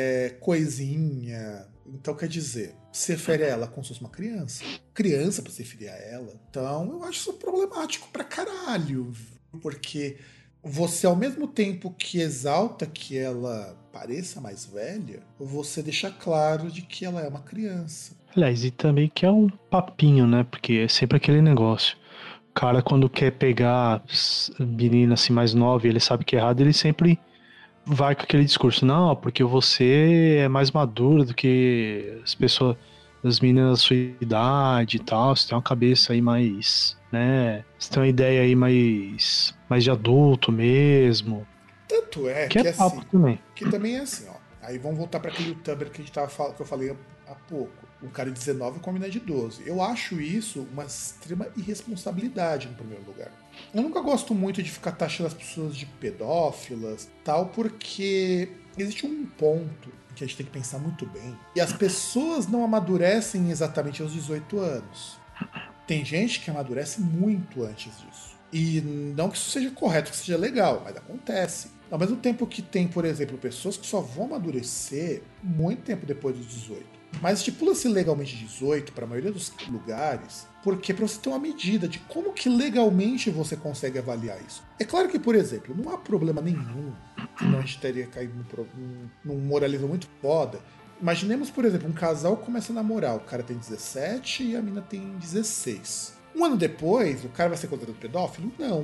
coisinha. Então, quer dizer, se refere a ela como se fosse uma criança. Criança pra se referir a ela. Então, eu acho isso problemático pra caralho. Porque você, ao mesmo tempo que exalta que ela pareça mais velha, você deixa claro de que ela é uma criança. Aliás, e também que é um papinho, né? Porque é sempre aquele negócio. O cara, quando quer pegar menina assim mais nova e ele sabe que é errado, ele sempre vai com aquele discurso. Não, porque você é mais maduro do que as pessoas, as meninas da sua idade e tal. Você tem uma cabeça aí mais, né? Você tem uma ideia aí mais de adulto mesmo. Tanto é que é papo assim, também. Que também é assim, ó. Aí vamos voltar para aquele youtuber que eu falei há pouco. Um cara de 19 com uma menina de 12. Eu acho isso uma extrema irresponsabilidade, no primeiro lugar. Eu nunca gosto muito de ficar taxando as pessoas de pedófilas, tal, porque existe um ponto que a gente tem que pensar muito bem. E as pessoas não amadurecem exatamente aos 18 anos. Tem gente que amadurece muito antes disso. E não que isso seja correto, que seja legal, mas acontece. Ao mesmo tempo que tem, por exemplo, pessoas que só vão amadurecer muito tempo depois dos 18. Mas estipula-se legalmente 18 para a maioria dos lugares, porque para você ter uma medida de como que legalmente você consegue avaliar isso. É claro que, por exemplo, não há problema nenhum, senão a gente teria caído num moralismo muito foda. Imaginemos, por exemplo, um casal começa a namorar, o cara tem 17 e a mina tem 16. Um ano depois, o cara vai ser considerado pedófilo? Não.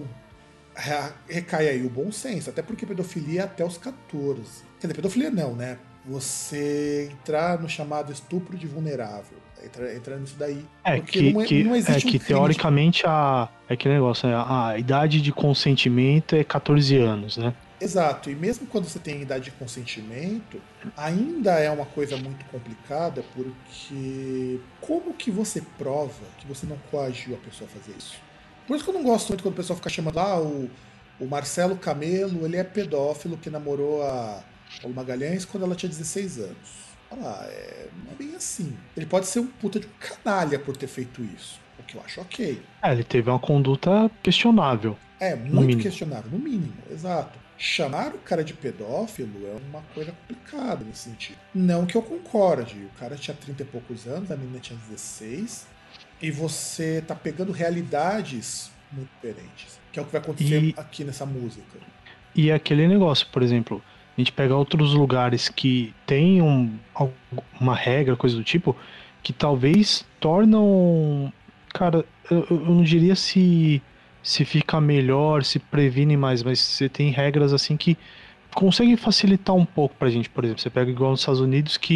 Recai aí o bom senso, até porque pedofilia é até os 14. Quer dizer, pedofilia não, né? Você entrar no chamado estupro de vulnerável. Entrar nisso daí. Porque não existe que teoricamente é aquele negócio, né? A idade de consentimento é 14 anos, né? Exato, e mesmo quando você tem idade de consentimento, ainda é uma coisa muito complicada, porque como que você prova que você não coagiu a pessoa a fazer isso? Por isso que eu não gosto muito quando o pessoal fica chamando, o Marcelo Camelo, ele é pedófilo que namorou a Paula Magalhães quando ela tinha 16 anos. Não é bem assim. Ele pode ser um puta de um canalha por ter feito isso, o que eu acho ok. Ele teve uma conduta questionável. Muito questionável, no mínimo, exato. Chamar o cara de pedófilo é uma coisa complicada nesse sentido. Não que eu concorde, o cara tinha 30 e poucos anos, a menina tinha 16, e você tá pegando realidades muito diferentes, que é o que vai acontecer aqui nessa música. E aquele negócio, por exemplo, a gente pega outros lugares que tem uma regra, coisa do tipo, que talvez tornam... Cara, eu não diria se fica melhor, se previne mais, mas você tem regras assim que conseguem facilitar um pouco pra gente. Por exemplo, você pega igual nos Estados Unidos que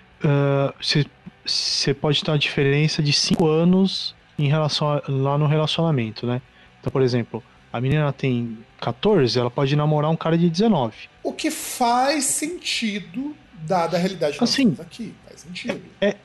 você pode ter uma diferença de 5 anos em relação lá no relacionamento, né? Então, por exemplo, a menina tem 14, ela pode namorar um cara de 19. O que faz sentido, dada a realidade que nós temos aqui. Faz sentido.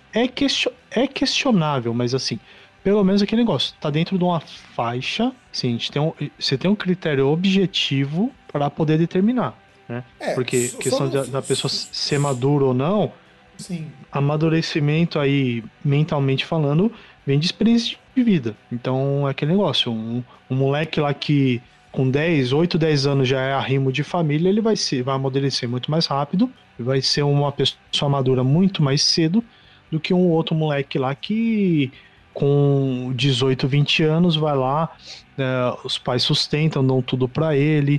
É questionável, mas assim, pelo menos aquele negócio, tá dentro de uma faixa, sim, você tem um critério objetivo para poder determinar, né? Porque questão da pessoa ser madura ou não, sim. Amadurecimento aí, mentalmente falando, vem de experiência de vida. Então é aquele negócio, um moleque lá que com 8, 10 anos já é arrimo de família, ele vai amadurecer muito mais rápido, vai ser uma pessoa madura muito mais cedo do que um outro moleque lá que com 18, 20 anos vai lá, os pais sustentam, dão tudo pra ele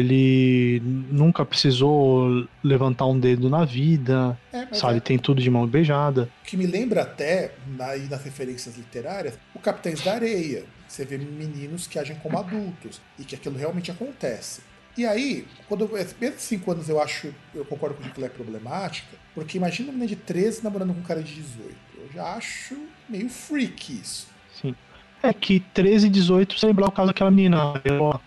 nunca precisou levantar um dedo na vida, sabe? Tem tudo de mão beijada. O que me lembra até, nas referências literárias, o Capitães da Areia. Você vê meninos que agem como adultos e que aquilo realmente acontece. E aí, quando menos de 5 anos eu concordo com que ela é problemática, porque imagina uma menina de 13 namorando com um cara de 18. Eu já acho meio freak isso. Sim. É que 13 e 18, você lembrar o caso daquela menina.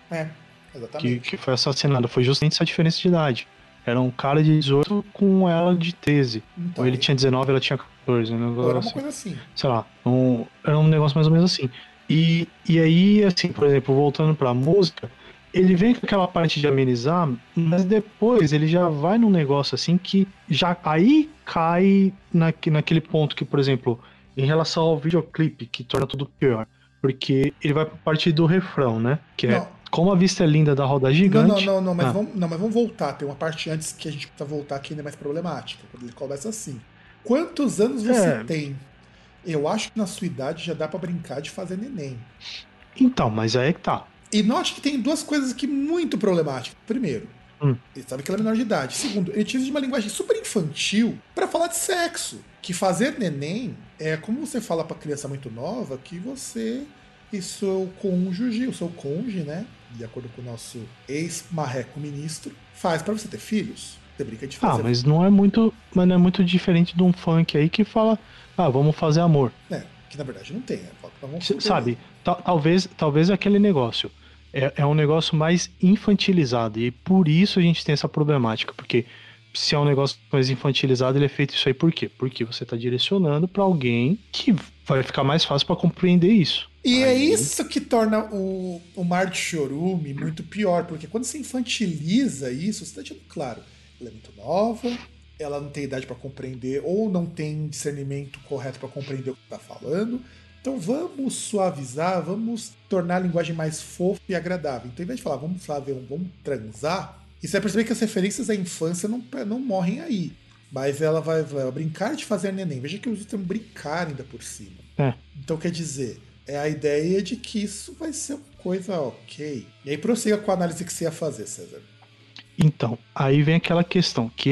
Exatamente. Que foi assassinada. Foi justamente essa diferença de idade. Era um cara de 18 com ela de 13. Então, ou ele tinha 19, ela tinha 14. Era uma coisa assim. Sei lá. Era um negócio mais ou menos assim. E aí, assim, por exemplo, voltando pra música, ele vem com aquela parte de amenizar, mas depois ele já vai num negócio assim que já aí cai naquele ponto que, por exemplo, em relação ao videoclipe, que torna tudo pior. Porque ele vai pra parte do refrão, né? Que é como a vista é linda da roda gigante. Não, mas vamos voltar. Tem uma parte antes que a gente precisa voltar que ainda é mais problemática. Quando ele começa assim. Quantos anos você tem? Eu acho que na sua idade já dá pra brincar de fazer neném. Então, mas aí é que tá. E note que tem duas coisas aqui muito problemáticas. Primeiro, ele sabe que ela é menor de idade. Segundo, ele utiliza de uma linguagem super infantil pra falar de sexo. Que fazer neném é como você fala pra criança muito nova que você e seu cônjuge, né? De acordo com o nosso ex-marreco ministro, faz pra você ter filhos. Você brinca de fazer. Mas não é muito diferente de um funk aí que fala, vamos fazer amor. Que na verdade não tem. Sabe, talvez aquele negócio é um negócio mais infantilizado e por isso a gente tem essa problemática, porque se é um negócio mais infantilizado, ele é feito isso aí por quê? Porque você tá direcionando pra alguém que vai ficar mais fácil pra compreender isso. E é isso que torna o Mar de Chorume muito pior, porque quando você infantiliza isso, você tá deixando claro, ela é muito nova, ela não tem idade pra compreender ou não tem discernimento correto pra compreender o que tá falando. Então vamos suavizar, vamos tornar a linguagem mais fofa e agradável. Então, ao invés de falar vamos transar, e você vai perceber que as referências à infância não morrem aí. Mas ela vai brincar de fazer neném. Veja que eu uso o termo brincar ainda por cima. Então, quer dizer, é a ideia de que isso vai ser uma coisa ok. E aí prossiga com a análise que você ia fazer, César. Então, aí vem aquela questão que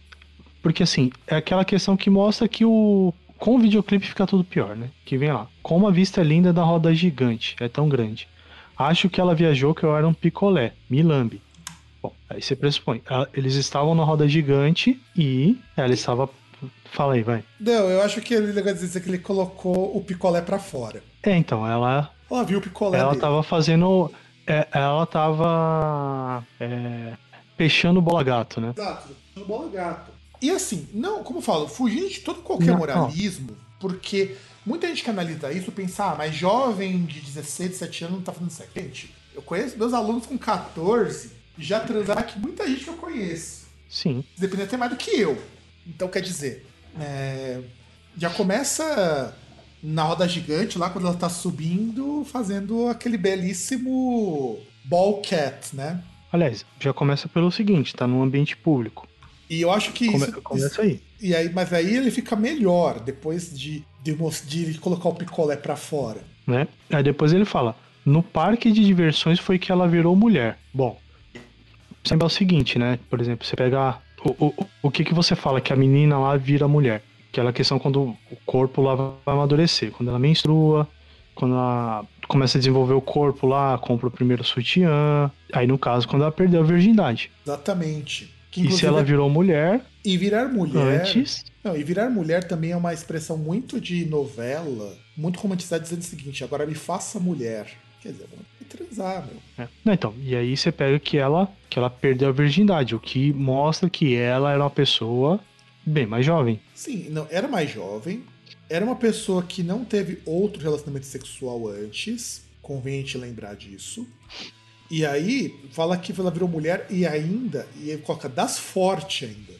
porque assim, é aquela questão que mostra que com o videoclipe fica tudo pior, né? Que vem lá. Como a vista é linda da roda gigante, é tão grande. Acho que ela viajou que eu era um picolé, me lambe. Bom, aí você pressupõe. Eles estavam na roda gigante e ela estava... Fala aí, vai. Não, eu acho que ele vai dizer que ele colocou o picolé pra fora. Então, ela viu o picolé ela dele. Tava fazendo... Ela tava... Despechando bola gato, né? Exato, despechando bola gato. E assim, não, como eu falo, fugindo de todo qualquer moralismo, porque muita gente que analisa isso pensa, mas jovem de 16, 17 anos não tá fazendo sexo. Gente, eu conheço meus alunos com 14 e já transaram aqui muita gente que eu conheço. Sim. Depende até mais do que eu. Então, quer dizer, já começa na roda gigante, lá quando ela tá subindo, fazendo aquele belíssimo ball cat, né? Aliás, já começa pelo seguinte, tá num ambiente público. E eu acho que Começa aí. E aí. Mas aí ele fica melhor depois de colocar o picolé pra fora. Né? Aí depois ele fala, no parque de diversões foi que ela virou mulher. Bom, sempre é o seguinte, né? Por exemplo, você pega... O que você fala que a menina lá vira mulher? Aquela questão quando o corpo lá vai amadurecer. Quando ela menstrua, quando ela começa a desenvolver o corpo lá, compra o primeiro sutiã. Aí, no caso, quando ela perdeu a virgindade. Exatamente. E se ela virou mulher... E virar mulher... Antes... Não, e virar mulher também é uma expressão muito de novela, muito romantizada, dizendo o seguinte, agora me faça mulher. Quer dizer, vamos transar, meu. Não, então, e aí você pega que ela perdeu a virgindade, o que mostra que ela era uma pessoa bem mais jovem. Sim, não, era mais jovem, era uma pessoa que não teve outro relacionamento sexual antes, convém a gente lembrar disso. E aí, fala que ela virou mulher e ele coloca das forte ainda.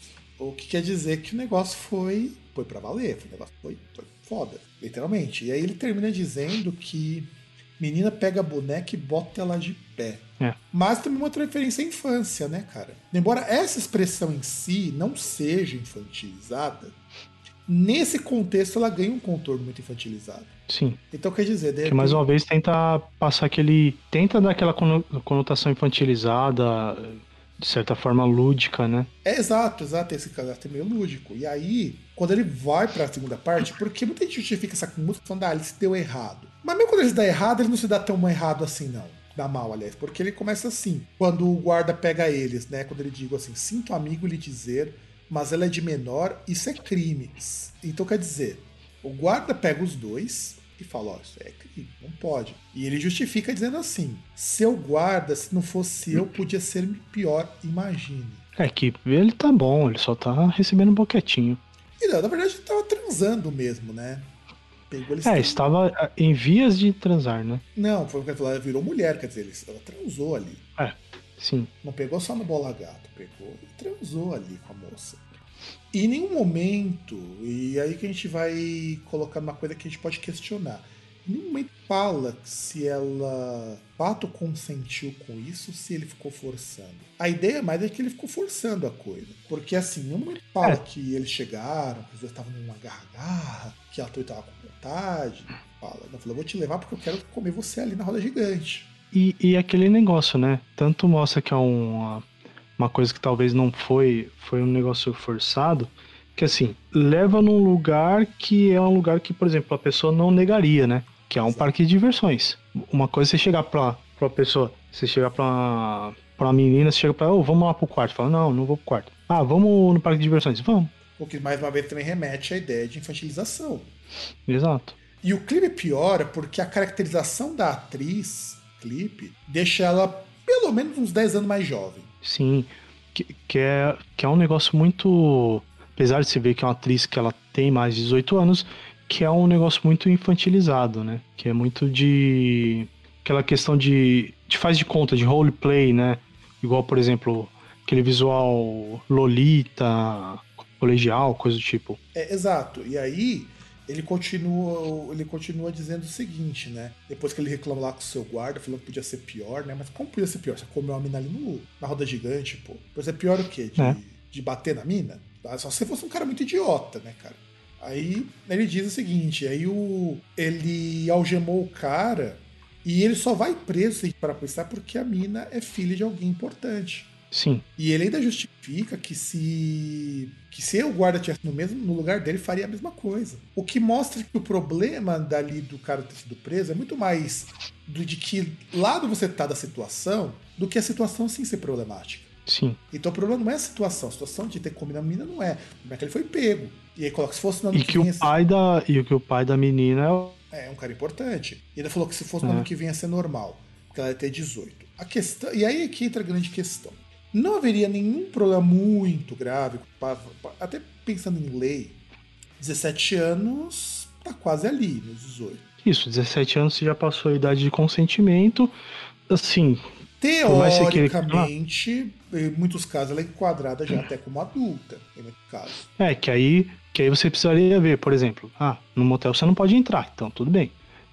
O que quer dizer que o negócio foi pra valer, o negócio foi foda, literalmente. E aí ele termina dizendo que menina pega a boneca e bota ela de pé. Mas também uma outra referência à infância, né, cara? Embora essa expressão em si não seja infantilizada, nesse contexto ela ganha um contorno muito infantilizado. Sim. Então quer dizer... Que mais uma vez tenta passar tenta dar aquela conotação infantilizada, de certa forma lúdica, né? Exato, esse caráter meio lúdico. E aí, quando ele vai pra segunda parte, porque muita gente justifica essa música falando, Alice deu errado. Mas mesmo quando ele se dá errado, ele não se dá tão errado assim, não. Dá mal, aliás, porque ele começa assim, quando o guarda pega eles, né? Quando ele diz assim, sinto amigo lhe dizer, mas ela é de menor, isso é crime. Então quer dizer, o guarda pega os dois e fala, ó, isso é crime, não pode. E ele justifica dizendo assim, seu guarda, se não fosse eu, podia ser pior, imagine. É que ele tá bom, ele só tá recebendo um boquetinho. E não, na verdade ele tava transando mesmo, né? Pegou eles estava em vias de transar, né? Não, foi o que ele falou, ela virou mulher, quer dizer, ela transou ali. Sim. Não pegou só no bola gato, pegou e transou ali com a moça. E em nenhum momento, e aí que a gente vai colocar uma coisa que a gente pode questionar, em nenhum momento fala se ela fato consentiu com isso, se ele ficou forçando. A ideia mais é que ele ficou forçando a coisa. Porque assim, em nenhum momento fala que eles chegaram, que os dois estavam numa garra, que a Toy estava com vontade. Não falou, eu vou te levar porque eu quero comer você ali na roda gigante. E aquele negócio, né? Tanto mostra que é uma coisa que talvez não foi um negócio forçado, que assim, leva num lugar que é um lugar que, por exemplo, a pessoa não negaria, né? Que é um parque de diversões. Uma coisa é você chegar pra pessoa, você chegar pra uma menina, você chega pra ela, vamos lá pro quarto. Fala, não vou pro quarto. Vamos no parque de diversões, vamos. O que mais uma vez também remete à ideia de infantilização. Exato. E o clipe piora porque a caracterização da atriz, clipe, deixa ela pelo menos uns 10 anos mais jovem. Sim, que é um negócio muito... Apesar de se ver que é uma atriz que ela tem mais de 18 anos, que é um negócio muito infantilizado, né? Que é muito de... Aquela questão de faz de conta, de roleplay, né? Igual, por exemplo, aquele visual Lolita, colegial, coisa do tipo. Exato. E aí... Ele continua dizendo o seguinte, né? Depois que ele reclama lá com o seu guarda, falando que podia ser pior, né? Mas como podia ser pior? Você comeu uma mina ali na roda gigante, pô. Pois é pior o quê? De bater na mina? Só se você fosse um cara muito idiota, né, cara? Aí ele diz o seguinte, ele algemou o cara e ele só vai preso para pensar porque a mina é filha de alguém importante. Sim. E ele ainda justifica que se o guarda tivesse no lugar dele, faria a mesma coisa. O que mostra que o problema dali do cara ter sido preso é muito mais de que lado você tá da situação do que a situação sim ser problemática. Sim. Então o problema não é a situação de ter comido a menina não é. Como é que ele foi pego. E aí coloca, se fosse no ano que vem... E que o pai da menina é um cara importante. E ele falou que se fosse no ano que vem ia ser normal. Porque ela ia ter 18. A questão... E aí é que entra a grande questão. não haveria nenhum problema muito grave, até pensando em lei, 17 anos tá quase ali, nos 18. Isso, 17 anos você já passou a idade de consentimento. Assim, por mais que você queira. Teoricamente, em muitos casos, ela é enquadrada já até como adulta, em muitos casos. Que aí você precisaria ver, por exemplo, no motel você não pode entrar, então tudo bem.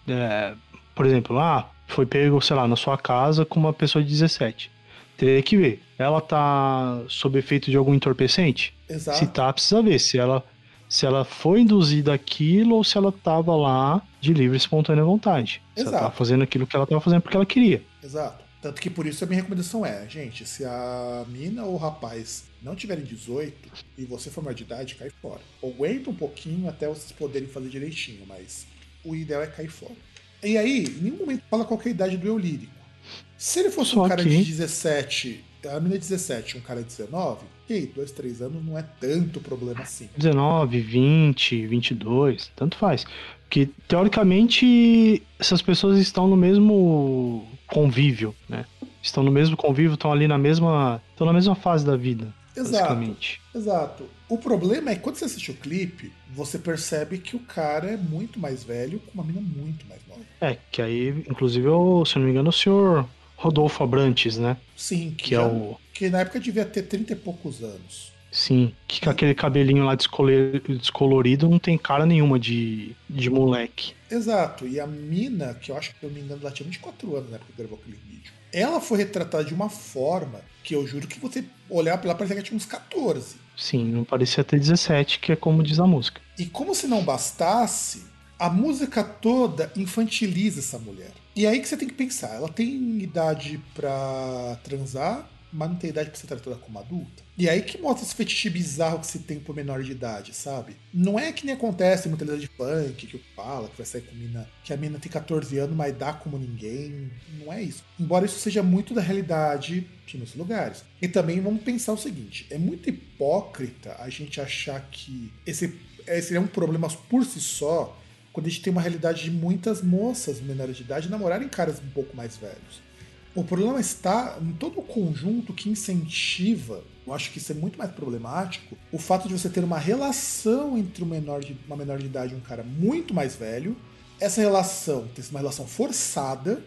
Por exemplo, foi pego, sei lá, na sua casa com uma pessoa de 17. Teria que ver. Ela tá sob efeito de algum entorpecente? Se Exato. tá, precisa ver se ela foi induzida aquilo ou se ela tava lá de livre e espontânea vontade. Se ela tava Exato. fazendo aquilo que ela tava fazendo porque ela queria. Exato. Tanto que por isso a minha recomendação é, gente, se a mina ou o rapaz não tiverem 18 e você for maior de idade, cai fora. Aguenta um pouquinho até vocês poderem fazer direitinho, mas o ideal é cair fora. E aí, em nenhum momento fala qual é a idade do eu lírico. Se ele fosse um Só cara que de 17, a mina é 17, um cara de 19, ok, 2, 3 anos não é tanto problema assim. 19, 20, 22, tanto faz. Porque, teoricamente, essas pessoas estão no mesmo convívio, né? Estão no mesmo convívio, estão ali estão na mesma fase da vida, Exato, basicamente. exato. O problema é que quando você assiste o clipe, você percebe que o cara é muito mais velho com uma mina muito mais nova. Que aí, inclusive, se eu não me engano, o senhor Rodolfo Abrantes, né? Sim, Que é o. que na época devia ter 30 e poucos anos. Sim, que com E, aquele cabelinho lá descolorido não tem cara nenhuma de moleque. exato, e a mina, que eu acho que, se eu não me engano, ela tinha 24 anos na época que gravou aquele vídeo. Ela foi retratada de uma forma que eu juro que você olhar pra ela parecia que ela tinha uns 14. Sim, não parecia ter 17, que é como diz a música. E como se não bastasse, a música toda infantiliza essa mulher. E aí que você tem que pensar, ela tem idade pra transar, mas não tem idade pra ser tratada como adulta. E aí que mostra esse fetiche bizarro que se tem por menor de idade, sabe? Não é que nem acontece muita letra de funk, que fala que vai sair com mina, que a mina tem 14 anos, mas dá como ninguém. Não é isso. Embora isso seja muito da realidade de muitos lugares. E também vamos pensar o seguinte, é muito hipócrita a gente achar que esse é um problema por si só, quando a gente tem uma realidade de muitas moças menores de idade namorarem caras um pouco mais velhos. O problema está em todo o conjunto que incentiva, eu acho que isso é muito mais problemático, o fato de você ter uma relação entre uma menor de idade e um cara muito mais velho, essa relação ter sido uma relação forçada,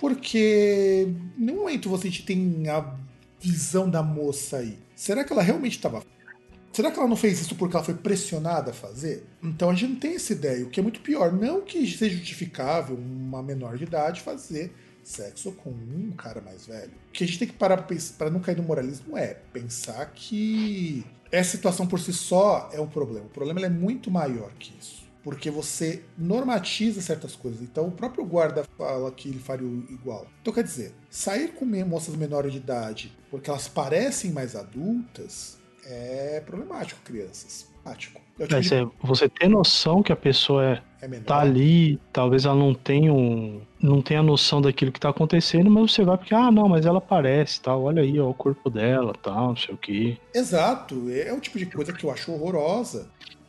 porque em nenhum momento você tem a visão da moça aí. Será que ela realmente estava. Será que ela não fez isso porque ela foi pressionada a fazer? Então a gente não tem essa ideia, o que é muito pior. Não que seja justificável uma menor de idade fazer sexo com um cara mais velho. O que a gente tem que parar para não cair no moralismo é pensar que essa situação por si só é um problema. O problema é muito maior que isso. Porque você normatiza certas coisas. Então o próprio guarda fala que ele faria igual. Então quer dizer, sair com moças menores de idade porque elas parecem mais adultas é problemático, crianças. Problemático. Você ter noção que a pessoa tá ali, talvez ela não tenha noção daquilo que tá acontecendo, mas você vai porque, não, mas ela parece, tal, olha aí, ó, o corpo dela, tal, não sei o quê. Exato, é o tipo de coisa que eu acho horrorosa.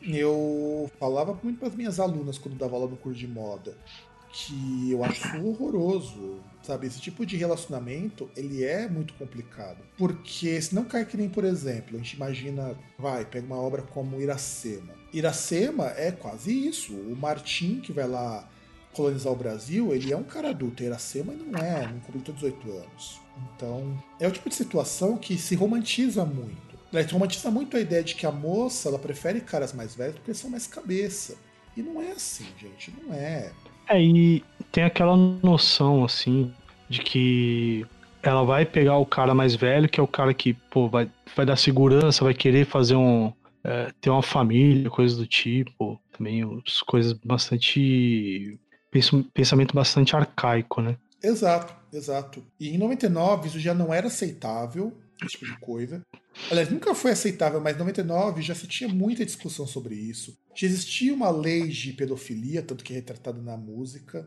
Eu falava muito para as minhas alunas quando dava aula no curso de moda, que eu acho isso horroroso, sabe? Esse tipo de relacionamento, ele é muito complicado. Porque se não cai que nem, por exemplo, a gente imagina, pega uma obra como Iracema. Iracema é quase isso. O Martim, que vai lá colonizar o Brasil, ele é um cara adulto. Iracema não completou 18 anos. Então, é o tipo de situação que se romantiza muito. Romantiza muito a ideia de que a moça, ela prefere caras mais velhos porque eles são mais cabeça. E não é assim, gente, não é. E tem aquela noção, assim, de que ela vai pegar o cara mais velho, que é o cara que, pô, vai dar segurança, vai querer fazer ter uma família, coisas do tipo. Também as coisas bastante. Pensamento bastante arcaico, né? Exato, exato. E em 99 isso já não era aceitável, esse tipo de coisa. Aliás, nunca foi aceitável, mas em 99 já se tinha muita discussão sobre isso. Já existia uma lei de pedofilia, tanto que é retratada na música.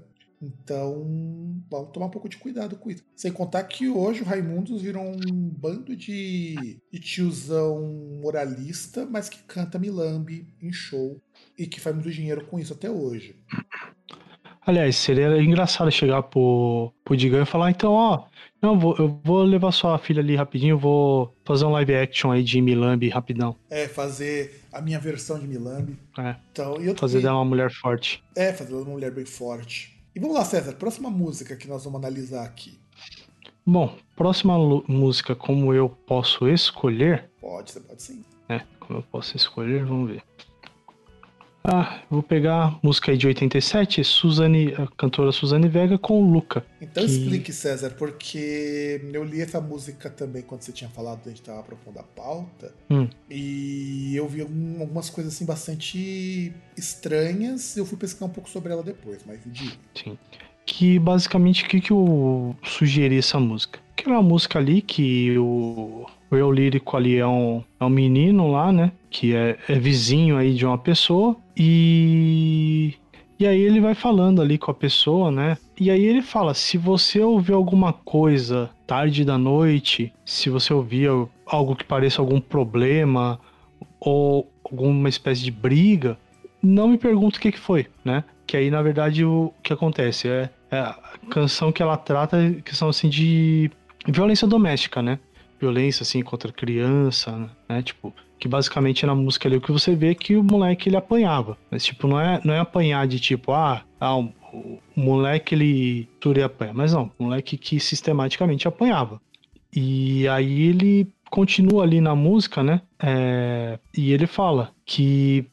Então, vamos tomar um pouco de cuidado com isso. Sem contar que hoje o Raimundos virou um bando de tiozão moralista, mas que canta milambe em show e que faz muito dinheiro com isso até hoje. Aliás, seria engraçado chegar pro Digão e falar, então, ó, não, eu vou levar sua filha ali rapidinho, eu vou fazer um live action aí de Milambi rapidão. Fazer a minha versão de Milambi. É, Então, fazer dela uma mulher forte. fazer ela uma mulher bem forte. E vamos lá, César, próxima música que nós vamos analisar aqui. Bom, próxima música, como eu posso escolher? Você pode sim. Como eu posso escolher, vamos ver. Vou pegar a música aí de 87, a cantora Suzane Vega com Luca. Então explique, César, porque eu li essa música também quando você tinha falado, a gente estava propondo a pauta, e eu vi algumas coisas assim bastante estranhas, eu fui pesquisar um pouco sobre ela depois, mas diga. Sim. Que basicamente, o que eu sugeri essa música? Que era uma música ali que o eu lírico ali é um menino lá, né? Que é vizinho aí de uma pessoa. E aí ele vai falando ali com a pessoa, né? E aí ele fala, se você ouvir alguma coisa tarde da noite, se você ouvir algo que pareça algum problema ou alguma espécie de briga, não me pergunta o que foi, né? Que aí, na verdade, o que acontece é a canção que ela trata questão assim de violência doméstica, né? Violência assim contra criança, né? Tipo, que basicamente na música ali o que você vê é que o moleque ele apanhava. Mas tipo, não é apanhar de tipo, o moleque ele tudo apanha, mas não, o moleque que sistematicamente apanhava. E aí ele continua ali na música, né? E ele fala que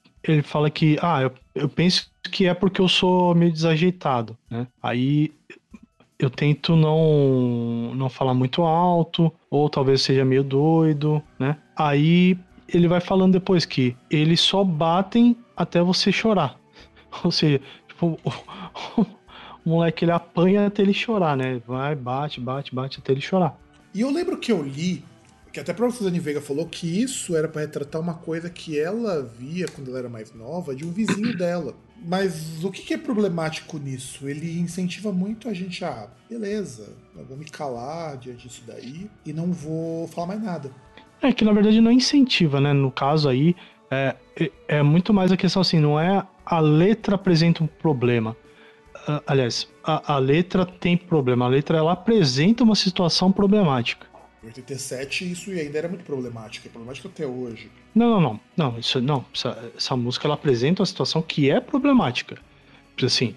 eu penso que é porque eu sou meio desajeitado, né? Aí eu tento não falar muito alto, ou talvez seja meio doido, né? Aí ele vai falando depois que eles só batem até você chorar. Ou seja, tipo, o moleque ele apanha até ele chorar, né? Vai, bate até ele chorar. E eu lembro que eu li, que até a própria Suzane Vega falou que isso era para retratar uma coisa que ela via quando ela era mais nova, de um vizinho dela. Mas o que é problemático nisso? Ele incentiva muito a gente beleza, eu vou me calar diante disso daí e não vou falar mais nada. Que na verdade não incentiva, né? No caso aí, é muito mais a questão assim, não é a letra apresenta um problema. Aliás, a letra tem problema, a letra ela apresenta uma situação problemática. Em 87 isso ainda era muito problemático, é problemático até hoje. Não, essa música ela apresenta uma situação que é problemática. Assim,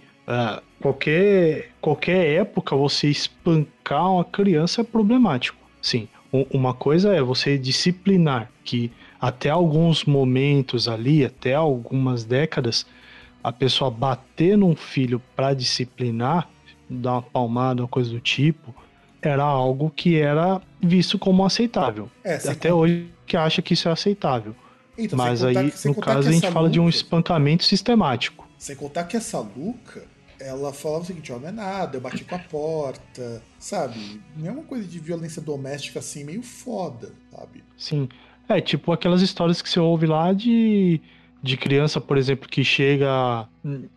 qualquer época você espancar uma criança é problemático. Sim, uma coisa é você disciplinar, que até alguns momentos ali, até algumas décadas, a pessoa bater num filho para disciplinar, dar uma palmada, uma coisa do tipo, era algo que era visto como aceitável. Até hoje que acha que isso é aceitável. Então, mas aí, no caso, a gente fala de um espancamento sistemático. Sem contar que essa Luca, ela falava o seguinte, não é nada, eu bati com a porta, sabe? Não é uma coisa de violência doméstica assim, meio foda, sabe? Sim. Tipo aquelas histórias que você ouve lá de criança, por exemplo, que chega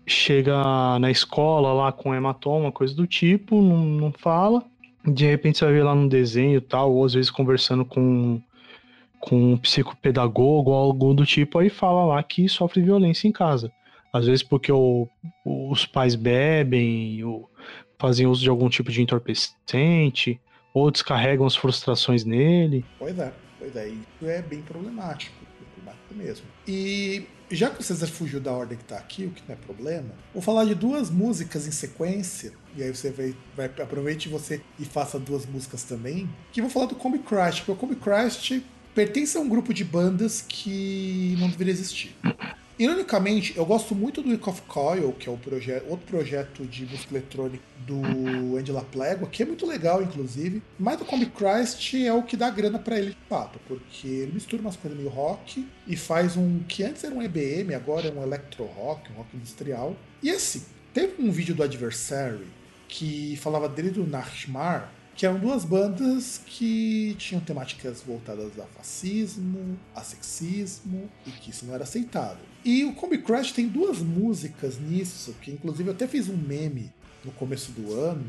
na escola lá com hematoma, coisa do tipo, não fala. De repente você vai ver lá no desenho e tal, ou às vezes conversando com um psicopedagogo ou algo do tipo, aí fala lá que sofre violência em casa. Às vezes porque os pais bebem, ou fazem uso de algum tipo de entorpecente, ou descarregam as frustrações nele. Pois é, isso é bem problemático mesmo. E já que o César fugiu da ordem que tá aqui, o que não é problema, vou falar de duas músicas em sequência, e aí você vai aproveite você e faça duas músicas também, que vou falar do Combi Crash, porque o Combi Crash pertence a um grupo de bandas que não deveria existir. Ironicamente, eu gosto muito do Week of Coil, que é outro projeto de música eletrônica do Angela Plegua, que é muito legal, inclusive. Mas o Combi Christ é o que dá grana pra ele de fato, porque ele mistura umas coisas meio rock e faz um que antes era um EBM, agora é um electro rock, um rock industrial. E assim, teve um vídeo do Adversary que falava dele do Nashmar, que eram duas bandas que tinham temáticas voltadas a fascismo, a sexismo, e que isso não era aceitável. E o Combi Crash tem duas músicas nisso, que inclusive eu até fiz um meme no começo do ano,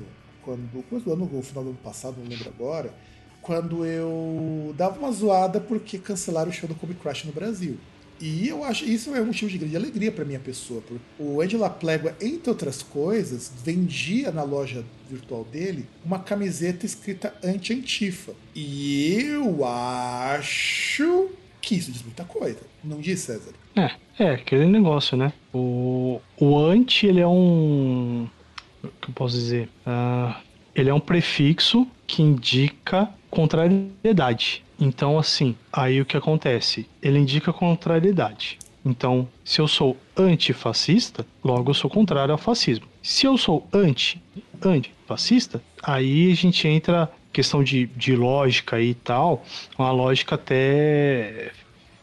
no final do ano passado, não lembro agora, quando eu dava uma zoada porque cancelaram o show do Combi Crash no Brasil. E eu acho isso é um motivo de grande alegria para minha pessoa. O Ed La Plégua, entre outras coisas, vendia na loja virtual dele uma camiseta escrita anti-Antifa. E eu acho que isso diz muita coisa. Não diz, César? Aquele negócio, né? O anti, ele é um... O que eu posso dizer? Ele é um prefixo que indica contrariedade. Então, assim, aí o que acontece? Ele indica contrariedade. Então, se eu sou antifascista, logo eu sou contrário ao fascismo. Se eu sou antifascista, aí a gente entra questão de lógica e tal, uma lógica até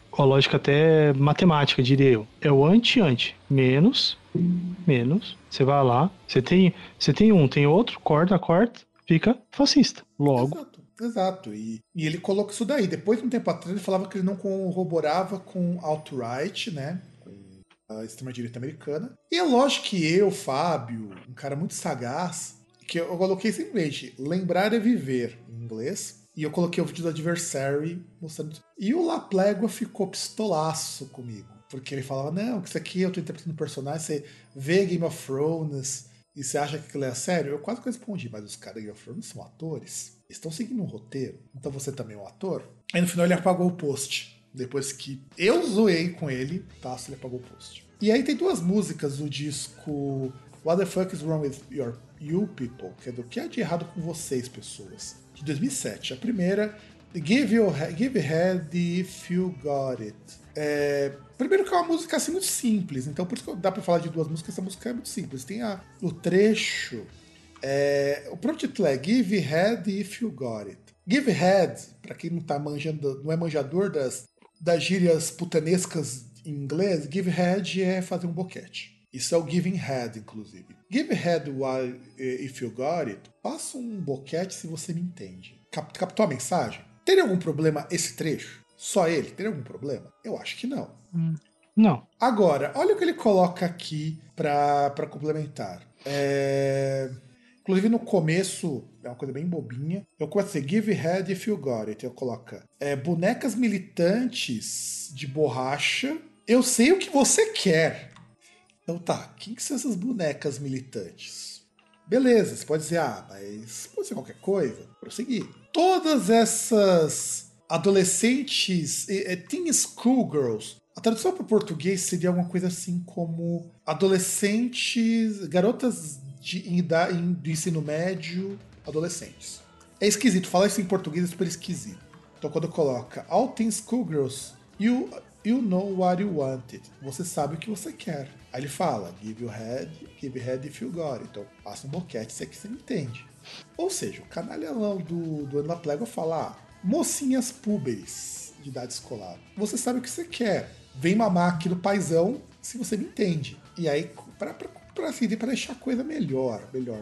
matemática, diria eu. É o anti, menos, você vai lá, você tem um, tem outro, corta, fica fascista. Logo. Exato. E ele colocou isso daí. Depois de um tempo atrás, ele falava que ele não corroborava com alt-right, né? Com a extrema-direita americana. E é lógico que eu, Fábio, um cara muito sagaz, que eu coloquei simplesmente lembrar é viver em inglês. E eu coloquei o vídeo do Adversary mostrando. E o La Plégua ficou pistolaço comigo. Porque ele falava, não, que isso aqui eu tô interpretando um personagem, você vê Game of Thrones e você acha que aquilo é sério? Eu quase que respondi, mas os caras da Game of Thrones são atores. Eles estão seguindo um roteiro. Então você também é um ator? Aí no final ele apagou o post. Depois que eu zoei com ele, ele apagou o post. E aí tem duas músicas do disco What the Fuck is Wrong with You People? Que é do que é de errado com vocês, pessoas? De 2007. A primeira, Give Head If You Got It. Primeiro que é uma música assim muito simples, então por isso que dá pra falar de duas músicas, essa música é muito simples. Tem o trecho, o próprio título é Give Head If You Got It. Give Head, pra quem não tá manjando, não é manjador das gírias putanescas em inglês, Give Head é fazer um boquete. Isso é o Giving Head, inclusive. Give Head If You Got It, passa um boquete se você me entende. Captou a mensagem? Teria algum problema esse trecho? Só ele? Teria algum problema? Eu acho que não. Não. Agora, olha o que ele coloca aqui pra complementar. Inclusive no começo, é uma coisa bem bobinha. Eu começo a dizer, Give Head If You Got It. Eu coloco bonecas militantes de borracha. Eu sei o que você quer. Então tá, quem que são essas bonecas militantes? Beleza, você pode dizer, mas pode ser qualquer coisa. Prosseguir. Todas essas adolescentes, teen schoolgirls, a tradução para o português seria alguma coisa assim como adolescentes, garotas do ensino médio, adolescentes. É esquisito, falar isso em português é super esquisito. Então quando coloca all teen schoolgirls, you know what you wanted. Você sabe o que você quer. Aí ele fala, give head if you got it. Então passa um boquete se é que você entende. Ou seja, o canalhão do La Plégua fala, mocinhas púberes de idade escolar, você sabe o que você quer. Vem mamar aqui no paizão se você me entende. E aí, pra deixar a coisa melhor.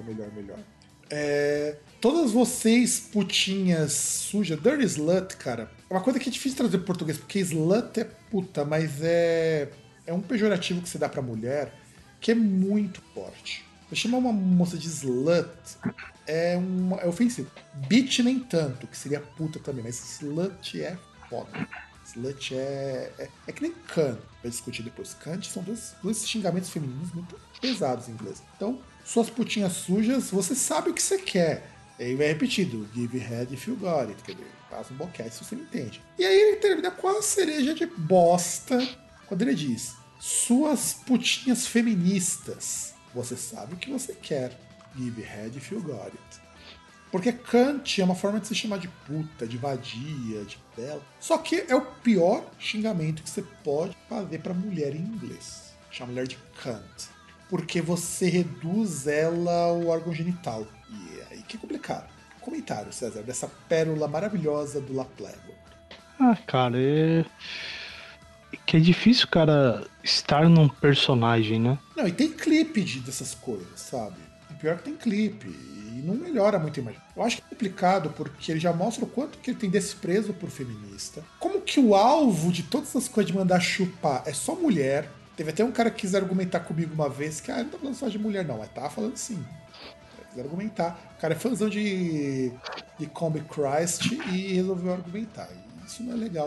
Todas vocês putinhas sujas, dirty slut, cara, é uma coisa que é difícil traduzir para português, porque slut é puta, mas é um pejorativo que se dá pra mulher que é muito forte. Eu chamar uma moça de slut é ofensivo. Bitch nem tanto, que seria puta também, mas slut é foda. Slut é que nem Kant, vai discutir depois. Kant são dois xingamentos femininos muito pesados em inglês. Então, suas putinhas sujas, você sabe o que você quer. E aí vai repetido, give head if you got it, quer dizer, faz um boquete se você me entende. E aí ele termina com a cereja de bosta, quando ele diz, suas putinhas feministas, você sabe o que você quer, give head if you got it. Porque Kant é uma forma de se chamar de puta, de vadia, de bela. Só que é o pior xingamento que você pode fazer pra mulher em inglês. Chama a mulher de Kant. Porque você reduz ela ao órgão genital. E aí que é complicado. Comentário, César, dessa pérola maravilhosa do La Plégua. Cara, que é difícil, cara, estar num personagem, né? Não, e tem clipe dessas coisas, sabe? O pior é que tem clipe. E não melhora muito a imagem. Eu acho que é complicado porque ele já mostra o quanto que ele tem desprezo por feminista. Como que o alvo de todas essas coisas de mandar chupar é só mulher. Teve até um cara que quis argumentar comigo uma vez que não tá falando só de mulher não, mas tava falando sim. Quis argumentar. O cara é fãzão de Combi Christ e resolveu argumentar. E isso não é legal, não.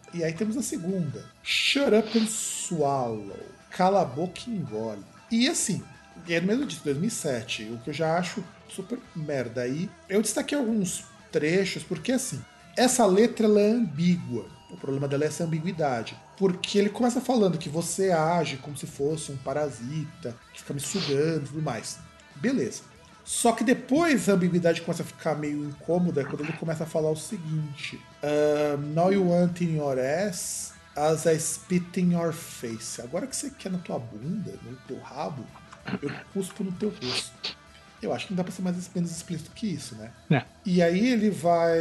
E aí temos a segunda. Shut up and swallow. Cala a boca e engole. E assim, é no mesmo disco, 2007, o que eu já acho super merda. Aí eu destaquei alguns trechos, porque assim, essa letra ela é ambígua. O problema dela é essa ambiguidade. Porque ele começa falando que você age como se fosse um parasita, que fica me sugando e tudo mais. Beleza. Só que depois a ambiguidade começa a ficar meio incômoda quando ele começa a falar o seguinte: Now you want in your ass as I spit in your face. Agora que você quer na tua bunda, no teu rabo, eu cuspo no teu rosto. Eu acho que não dá pra ser mais menos explícito que isso, né? É. E aí ele vai.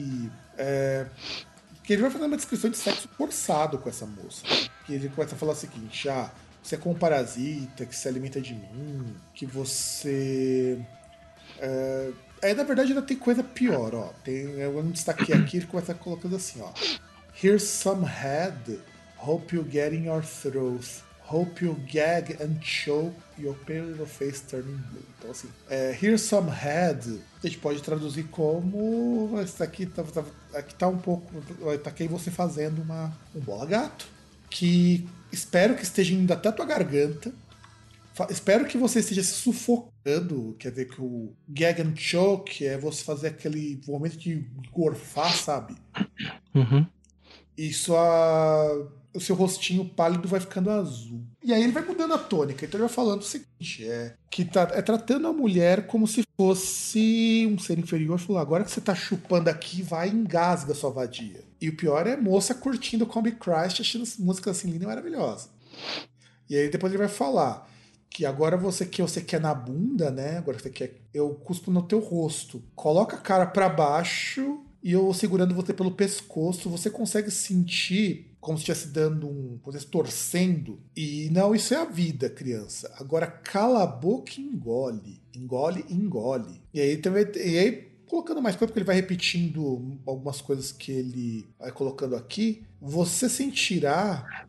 Que ele vai fazer uma descrição de sexo forçado com essa moça. Que ele começa a falar o seguinte: você é como um parasita, que se alimenta de mim, que você. Aí na verdade ainda tem coisa pior, ó. Eu não destaquei aqui, ele começa colocando assim, ó. Here's some head, hope you get in your throat. Hope you gag and choke your pale little face turning blue. Então assim, here's some head, a gente pode traduzir como isso aqui tá um pouco, tá aqui você fazendo um bola gato, que espero que esteja indo até a tua garganta. Espero que você esteja se sufocando, quer dizer que o gag and choke é você fazer aquele momento de gorfar, sabe? Uhum. E o seu rostinho pálido vai ficando azul. E aí ele vai mudando a tônica. Então ele vai falando o seguinte: que tratando a mulher como se fosse um ser inferior. Falou, agora que você tá chupando aqui, vai e engasga sua vadia. E o pior é a moça curtindo o Combi Christ, achando as músicas assim linda e maravilhosa. E aí depois ele vai falar que agora você quer na bunda, né? Agora você quer, eu cuspo no teu rosto. Coloca a cara pra baixo e eu segurando você pelo pescoço, você consegue sentir como se estivesse dando como se estivesse torcendo. E não, isso é a vida, criança. Agora cala a boca e engole. Engole, engole. E aí colocando mais coisa, porque ele vai repetindo algumas coisas que ele vai colocando aqui, você sentirá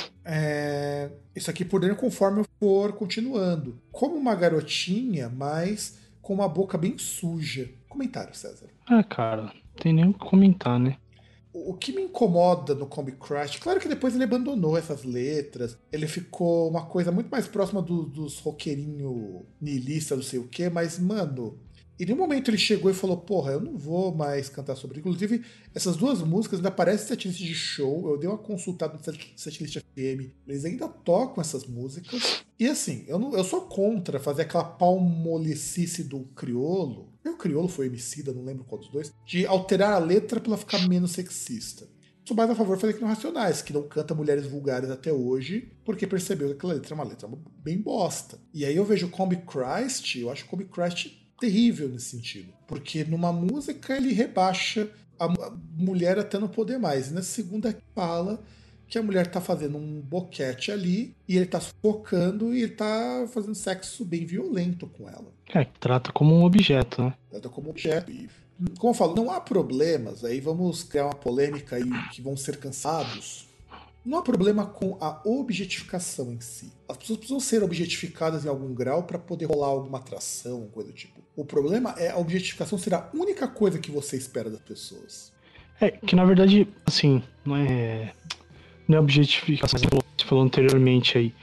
isso aqui por dentro conforme eu for continuando. Como uma garotinha, mas com uma boca bem suja. Comentário, César. Cara, não tem nem o que comentar, né? O que me incomoda no Combi Crash, claro que depois ele abandonou essas letras, ele ficou uma coisa muito mais próxima dos roqueirinho niilista, não sei o que, mas, mano, em nenhum momento ele chegou e falou, porra, eu não vou mais cantar sobre. Inclusive, essas duas músicas ainda parecem setlist de show, eu dei uma consultada no setlist FM, eles ainda tocam essas músicas, e assim, eu sou contra fazer aquela palmolicice do Criolo. O Criolo foi Emicida, não lembro qual dos dois, de alterar a letra pra ela ficar menos sexista. Sou mais a favor de fazer que no Racionais, que não canta mulheres vulgares até hoje, porque percebeu que aquela letra é uma letra bem bosta. E aí eu vejo o Combi Christ, eu acho o Combi Christ terrível nesse sentido. Porque numa música ele rebaixa a mulher até não poder mais. E na segunda fala que a mulher tá fazendo um boquete ali, e ele tá sufocando e ele tá fazendo sexo bem violento com ela. Trata como um objeto, né? Trata como objeto. E, como eu falo, não há problemas, aí vamos criar uma polêmica aí que vão ser cansados. Não há problema com a objetificação em si. As pessoas precisam ser objetificadas em algum grau para poder rolar alguma atração, coisa do tipo. O problema é a objetificação ser a única coisa que você espera das pessoas. Que na verdade, assim, não é objetificação, você falou anteriormente aí.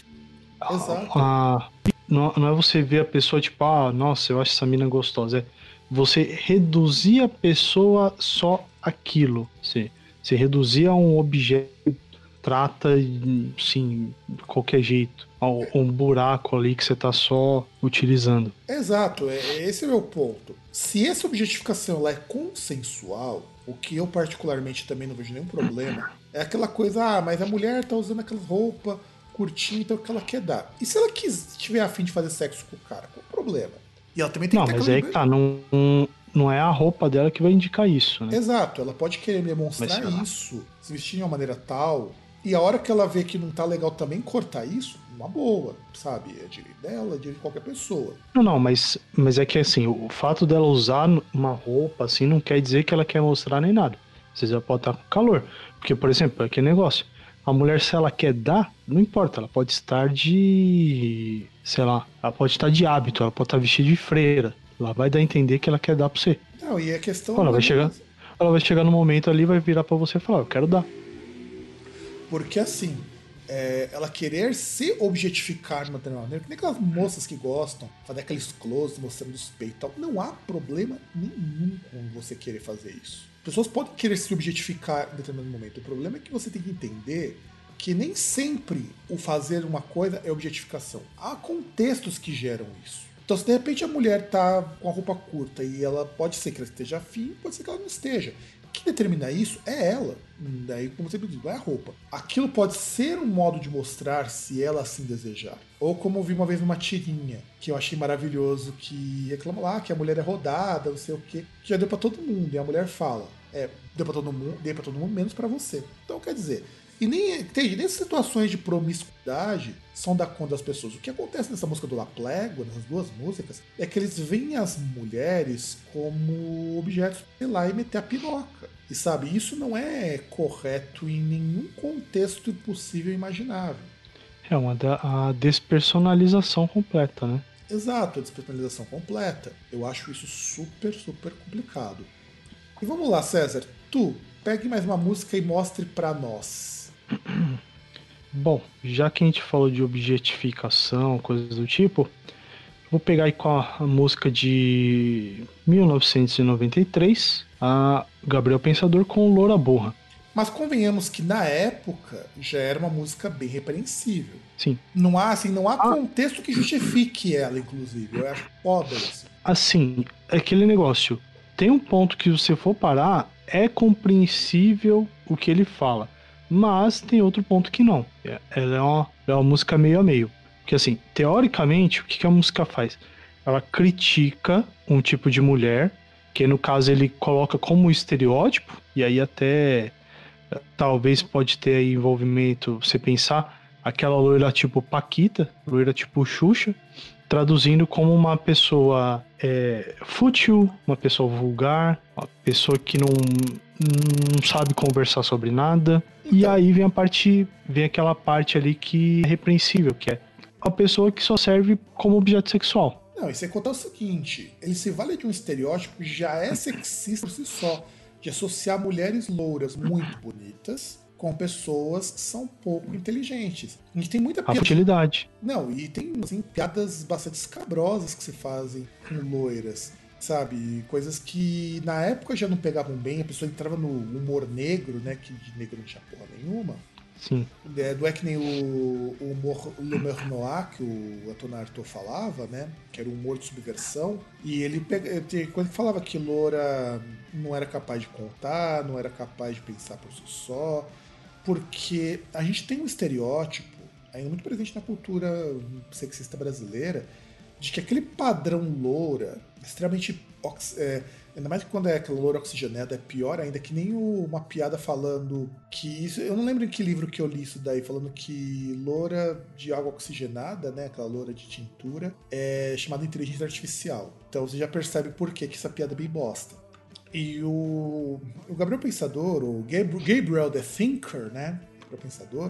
Exato. Não é você ver a pessoa tipo, nossa, eu acho essa mina gostosa. É você reduzir a pessoa só aquilo. Você reduzir a um objeto, trata, sim, de qualquer jeito. Um buraco ali que você tá só utilizando. Exato, esse é o meu ponto. Se essa objetificação ela é consensual, o que eu particularmente também não vejo nenhum problema, é aquela coisa, mas a mulher tá usando aquela roupa curtinha, então o que ela quer dar. E se ela tiver a fim de fazer sexo com o cara, qual o problema? E ela também tem que ter mas aí que tá, não é a roupa dela que vai indicar isso, né? Exato, ela pode querer demonstrar isso, se vestir de uma maneira tal, e a hora que ela vê que não tá legal também cortar isso, uma boa, sabe? É direito dela, é direito de qualquer pessoa. Não, mas é que assim, o fato dela usar uma roupa assim não quer dizer que ela quer mostrar nem nada. Você já pode estar com calor. Porque, por exemplo, aquele negócio, a mulher, se ela quer dar, não importa, ela pode estar de, sei lá, ela pode estar de hábito, ela pode estar vestida de freira. Ela vai dar a entender que ela quer dar pra você. Não, e a questão... Ela vai chegar... ela vai chegar no momento ali, vai virar pra você e falar, eu quero dar. Porque assim, ela querer se objetificar de uma determinada maneira, que nem aquelas moças que gostam, fazer aqueles close mostrando os peitos e tal, não há problema nenhum com você querer fazer isso. Pessoas podem querer se objetificar em determinado momento. O problema é que você tem que entender que nem sempre o fazer uma coisa é objetificação. Há contextos que geram isso. Então, se de repente a mulher tá com a roupa curta e ela pode ser que ela esteja afim, pode ser que ela não esteja. O que determina isso é ela. Daí, como você disse, não é a roupa. Aquilo pode ser um modo de mostrar se ela assim desejar. Ou como eu vi uma vez numa tirinha, que eu achei maravilhoso, que reclama lá que a mulher é rodada, não sei o quê, que já deu pra todo mundo. E a mulher fala, deu pra todo mundo, menos pra você. Então, quer dizer, e nem situações de promiscuidade são da conta das pessoas. O que acontece nessa música do La Plégua, nessas duas músicas, é que eles veem as mulheres como objetos pra ir lá e meter a piroca. E sabe, isso não é correto em nenhum contexto possível e imaginável. É a despersonalização completa, né? Exato, a despersonalização completa. Eu acho isso super, super complicado. E vamos lá, César. Tu, pegue mais uma música e mostre pra nós. Bom, já que a gente falou de objetificação, coisas do tipo, vou pegar aí com a música de 1993, a Gabriel Pensador com Loura Burra. Mas convenhamos que na época já era uma música bem repreensível. Sim. Não há contexto que justifique ela, inclusive. Eu acho foda isso. Assim, é aquele negócio. Tem um ponto que, se você for parar, é compreensível o que ele fala. Mas tem outro ponto que não. Ela é uma música meio a meio. Porque assim, teoricamente, o que a música faz? Ela critica um tipo de mulher, que no caso ele coloca como estereótipo, e aí até talvez pode ter aí envolvimento, você pensar, aquela loira tipo Paquita, loira tipo Xuxa, traduzindo como uma pessoa fútil, uma pessoa vulgar, uma pessoa que não sabe conversar sobre nada. Então, e aí vem aquela parte ali que é repreensível, que é a pessoa que só serve como objeto sexual. Não, e sem contar o seguinte, ele se vale de um estereótipo que já é sexista por si só, de associar mulheres louras muito bonitas com pessoas que são pouco inteligentes. A gente tem muita piada. A futilidade. Não, e tem assim, piadas bastante escabrosas que se fazem com loiras, sabe? Coisas que na época já não pegavam bem, a pessoa entrava no humor negro, né? Que de negro não tinha porra nenhuma. Sim. Não é que nem o humor l'humour noir que o Antonin Artaud falava, né? Que era o humor de subversão. E ele tem coisa que falava que loura não era capaz de contar, não era capaz de pensar por si só. Porque a gente tem um estereótipo, ainda muito presente na cultura sexista brasileira, de que aquele padrão loura, extremamente... ainda mais que quando é aquela loura oxigenada, é pior ainda, que nem uma piada falando que... eu não lembro em que livro que eu li isso daí, falando que loura de água oxigenada, né, aquela loura de tintura, é chamada inteligência artificial. Então você já percebe por que essa piada é bem bosta. E o Gabriel Pensador, o Gabriel the Thinker, né, Gabriel Pensador,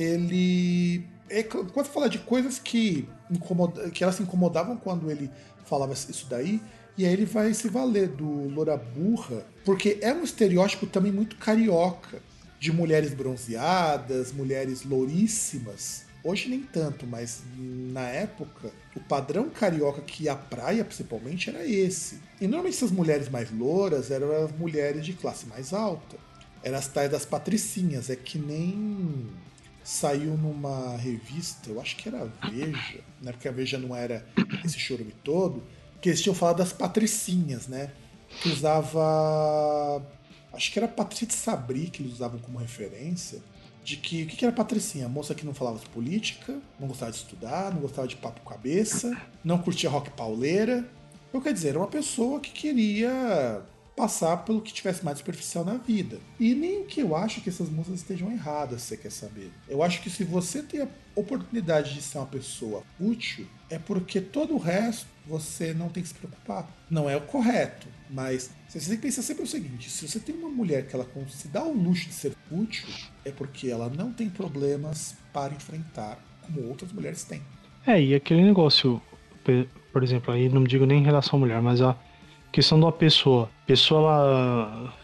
ele... quando fala de coisas que elas se incomodavam quando ele falava isso daí, e aí ele vai se valer do loura burra, porque é um estereótipo também muito carioca, de mulheres bronzeadas, mulheres louríssimas. Hoje nem tanto, mas na época, o padrão carioca que ia à praia, principalmente, era esse. E normalmente essas mulheres mais louras eram as mulheres de classe mais alta. Eram as tais das patricinhas, é que nem... saiu numa revista, eu acho que era a Veja, né? Porque a Veja não era esse chorume todo, que eles tinham falado das patricinhas, né? Que usava... acho que era Patrícia de Sabri que eles usavam como referência, de que... o que era patricinha? A moça que não falava de política, não gostava de estudar, não gostava de papo cabeça, não curtia rock pauleira. Então, quer dizer, era uma pessoa que queria... passar pelo que tivesse mais superficial na vida. E nem que eu acho que essas músicas estejam erradas, se você quer saber. Eu acho que se você tem a oportunidade de ser uma pessoa útil, é porque todo o resto você não tem que se preocupar. Não é o correto, mas você tem que pensar sempre o seguinte: se você tem uma mulher que ela se dá o luxo de ser útil, é porque ela não tem problemas para enfrentar como outras mulheres têm. E aquele negócio, por exemplo, aí não digo nem em relação à mulher, mas a questão de uma pessoa ela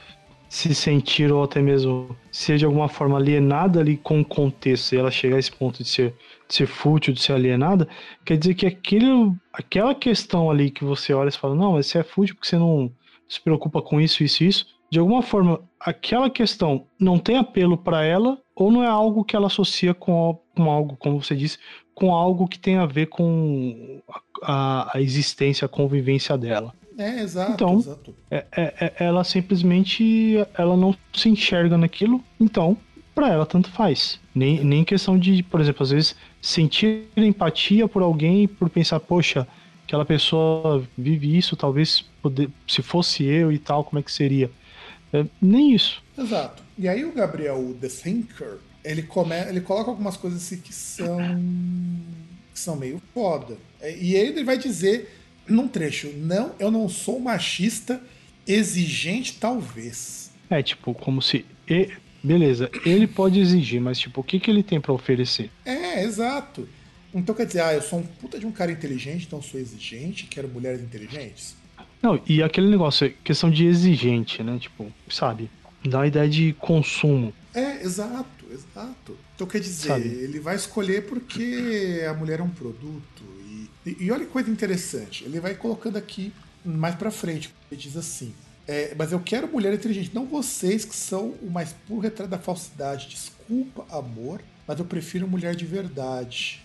se sentir ou até mesmo ser de alguma forma alienada ali com o contexto e ela chegar a esse ponto de ser fútil, de ser alienada, quer dizer que aquela questão ali que você olha e fala, não, mas você é fútil porque você não se preocupa com isso, isso e isso, de alguma forma aquela questão não tem apelo para ela ou não é algo que ela associa com algo, como você disse, com algo que tem a ver com a existência, a convivência dela. Exato, Então, exato. ela simplesmente ela não se enxerga naquilo, então, pra ela tanto faz. Nem questão de, por exemplo, às vezes sentir empatia por alguém, por pensar, poxa, aquela pessoa vive isso, talvez se fosse eu e tal, como é que seria? Nem isso. Exato. E aí o Gabriel, o The Thinker, ele coloca algumas coisas assim que são meio foda. E ele vai dizer num trecho, não, eu não sou machista, exigente talvez. Tipo, como se. Beleza, ele pode exigir, mas tipo, o que ele tem pra oferecer? Exato. Então quer dizer, eu sou um puta de um cara inteligente, então sou exigente, quero mulheres inteligentes. Não, e aquele negócio, questão de exigente, né? Tipo, sabe? Dá uma ideia de consumo. Exato, exato. Então quer dizer, Sabe? ele vai escolher porque a mulher é um produto. E olha que coisa interessante, ele vai colocando aqui mais pra frente, ele diz assim, mas eu quero mulher inteligente, não vocês que são o mais puro retrato da falsidade. Desculpa, amor, mas eu prefiro mulher de verdade.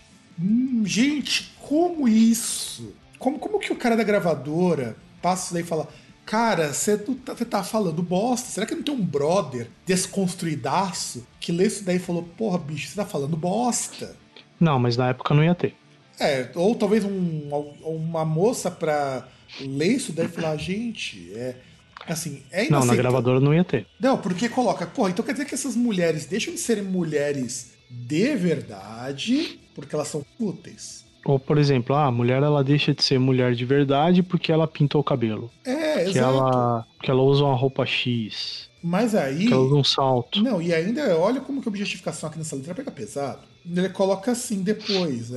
Gente, como isso? Como que o cara da gravadora passa isso daí e fala: cara, você tá falando bosta? Será que não tem um brother desconstruidaço que lê isso daí e falou: porra, bicho, você tá falando bosta? Não, mas na época não ia ter. Ou talvez uma moça pra ler isso daí e falar: gente, assim, é Não, na inaceitável. gravadora não ia ter. Não, porque coloca, porra, então quer dizer que essas mulheres deixam de serem mulheres de verdade porque elas são fúteis. Ou, por exemplo, a mulher ela deixa de ser mulher de verdade porque ela pintou o cabelo. Exato. Que ela usa uma roupa X. Mas aí. Que ela usa um salto. Não, e ainda olha como que a objetificação aqui nessa letra pega pesado. Ele coloca assim depois,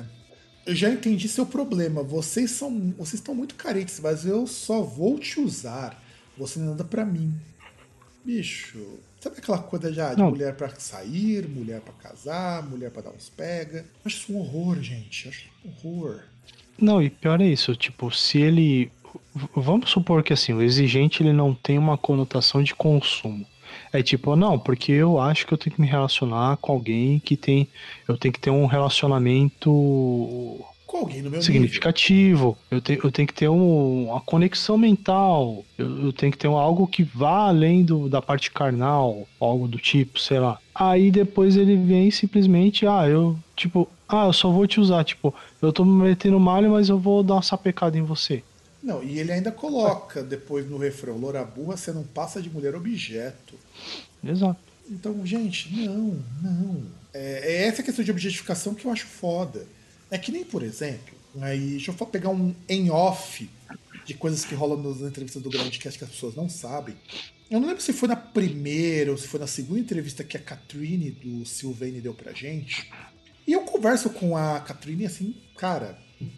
eu já entendi seu problema. Vocês estão muito carentes, mas eu só vou te usar. Você não anda pra mim. Bicho, sabe aquela coisa já de Não. mulher pra sair, mulher pra casar, mulher pra dar uns pega? Eu acho isso um horror, gente. Eu acho um horror. Não, e pior é isso, tipo, se ele. Vamos supor que assim, o exigente ele não tem uma conotação de consumo. É tipo, não, porque eu acho que eu tenho que me relacionar com alguém que tem. Eu tenho que ter um relacionamento Com alguém no meu significativo. Eu tenho que ter uma conexão mental. Eu tenho que ter algo que vá além da parte carnal, algo do tipo, sei lá. Aí depois ele vem simplesmente, eu só vou te usar, tipo, eu tô me metendo malho, mas eu vou dar uma sapecada em você. Não, e ele ainda coloca depois no refrão: loura burra, você não passa de mulher objeto. Exato. Então, gente, não. É essa questão de objetificação que eu acho foda. É que nem, por exemplo, aí deixa eu pegar um em off de coisas que rolam nas entrevistas do Groundcast que as pessoas não sabem. Eu não lembro se foi na primeira ou se foi na segunda entrevista que a Catrine do Sylvain deu pra gente. E eu converso com a Catrine assim, cara,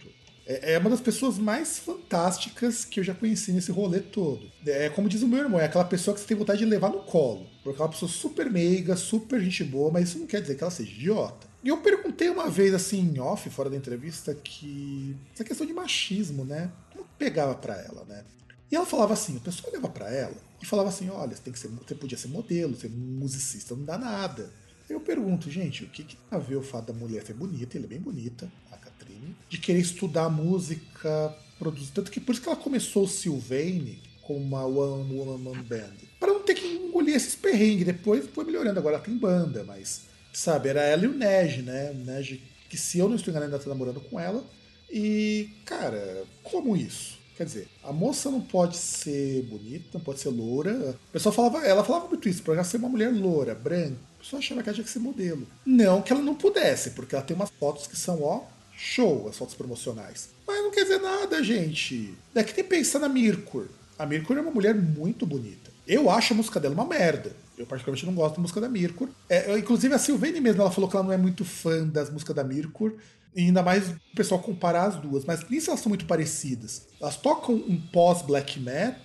é uma das pessoas mais fantásticas que eu já conheci nesse rolê todo. É como diz o meu irmão, é aquela pessoa que você tem vontade de levar no colo. Porque é uma pessoa super meiga, super gente boa, mas isso não quer dizer que ela seja idiota. E eu perguntei uma vez, assim, em off, fora da entrevista, que essa questão de machismo, né? Como pegava pra ela, né? E ela falava assim, a pessoa olhava pra ela e falava assim: olha, você podia ser modelo, ser musicista, não dá nada. Eu pergunto, gente, o que tem a ver o fato da mulher ser bonita, ela é bem bonita, a Catrine, de querer estudar música, produzir. Tanto que por isso que ela começou o Sylvain com uma One Woman Band. Para não ter que engolir esses perrengues. Depois foi melhorando, agora ela tem banda, mas, sabe, era ela e o Nej, né? O Nej, que se eu não estou enganado, ainda tá namorando com ela. E, cara, como isso? Quer dizer, a moça não pode ser bonita, não pode ser loura. O pessoal ela falava muito isso, pra ela ser uma mulher loura, branca. A pessoa achava que ela tinha que ser modelo. Não que ela não pudesse, porque ela tem umas fotos que são, show, as fotos promocionais. Mas não quer dizer nada, gente. Daqui tem que pensar na Mirkur. A Mirkur é uma mulher muito bonita. Eu acho a música dela uma merda. Eu particularmente não gosto da música da Mirkur. Inclusive a Sylvain mesmo, ela falou que ela não é muito fã das músicas da Mirkur. E ainda mais o pessoal comparar as duas. Mas nisso elas são muito parecidas. Elas tocam um pós-black metal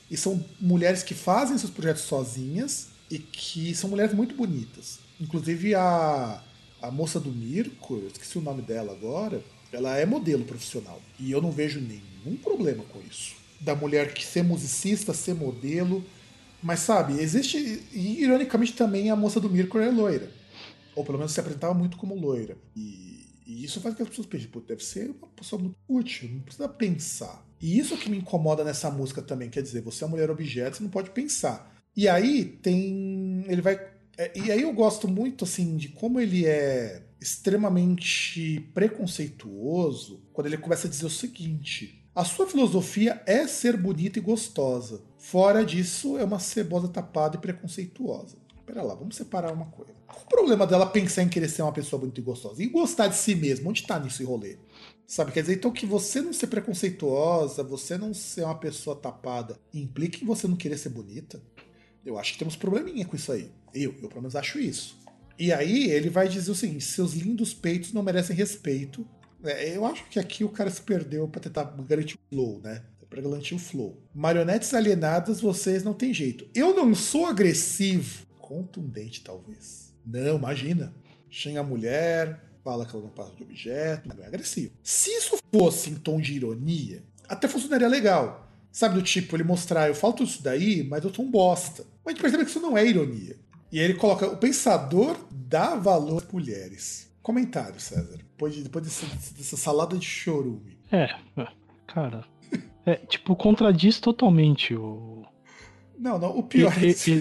E são mulheres que fazem seus projetos sozinhas e que são mulheres muito bonitas. Inclusive a moça do Mirko, eu esqueci o nome dela agora, ela é modelo profissional. E eu não vejo nenhum problema com isso. Da mulher que ser musicista, ser modelo. Mas sabe, existe. E ironicamente também a moça do Mirko é loira. Ou pelo menos se apresentava muito como loira. E isso faz com que as pessoas pensem, pô, deve ser uma pessoa muito útil, não precisa pensar. E isso que me incomoda nessa música também, quer dizer, você é uma mulher objeto, você não pode pensar. E aí tem. Ele vai. E aí eu gosto muito, assim, de como ele é extremamente preconceituoso quando ele começa a dizer o seguinte: a sua filosofia é ser bonita e gostosa. Fora disso, é uma cebosa tapada e preconceituosa. Pera lá, vamos separar uma coisa. Qual o problema dela pensar em querer ser uma pessoa bonita e gostosa? E gostar de si mesma? Onde tá nisso rolê? Sabe, quer dizer, então que você não ser preconceituosa, você não ser uma pessoa tapada, implica em você não querer ser bonita? Eu acho que temos probleminha com isso aí. Eu pelo menos acho isso. E aí ele vai dizer o seguinte: seus lindos peitos não merecem respeito. Eu acho que aqui o cara se perdeu pra tentar garantir o flow, né? Pra garantir o flow. Marionetes alienadas, vocês não tem jeito. Eu não sou agressivo. Contundente, talvez. Não, imagina. Xinga a mulher, fala que ela não passa de objeto, não é agressivo. Se isso fosse em tom de ironia, até funcionaria legal. Sabe, do tipo, ele mostrar, eu falo tudo isso daí, mas eu sou um bosta. Mas a gente percebe que isso não é ironia. E aí ele coloca, o pensador dá valor às mulheres. Comentário, César. Depois dessa salada de chorume. Cara. Tipo, contradiz totalmente o. Não, o pior é que...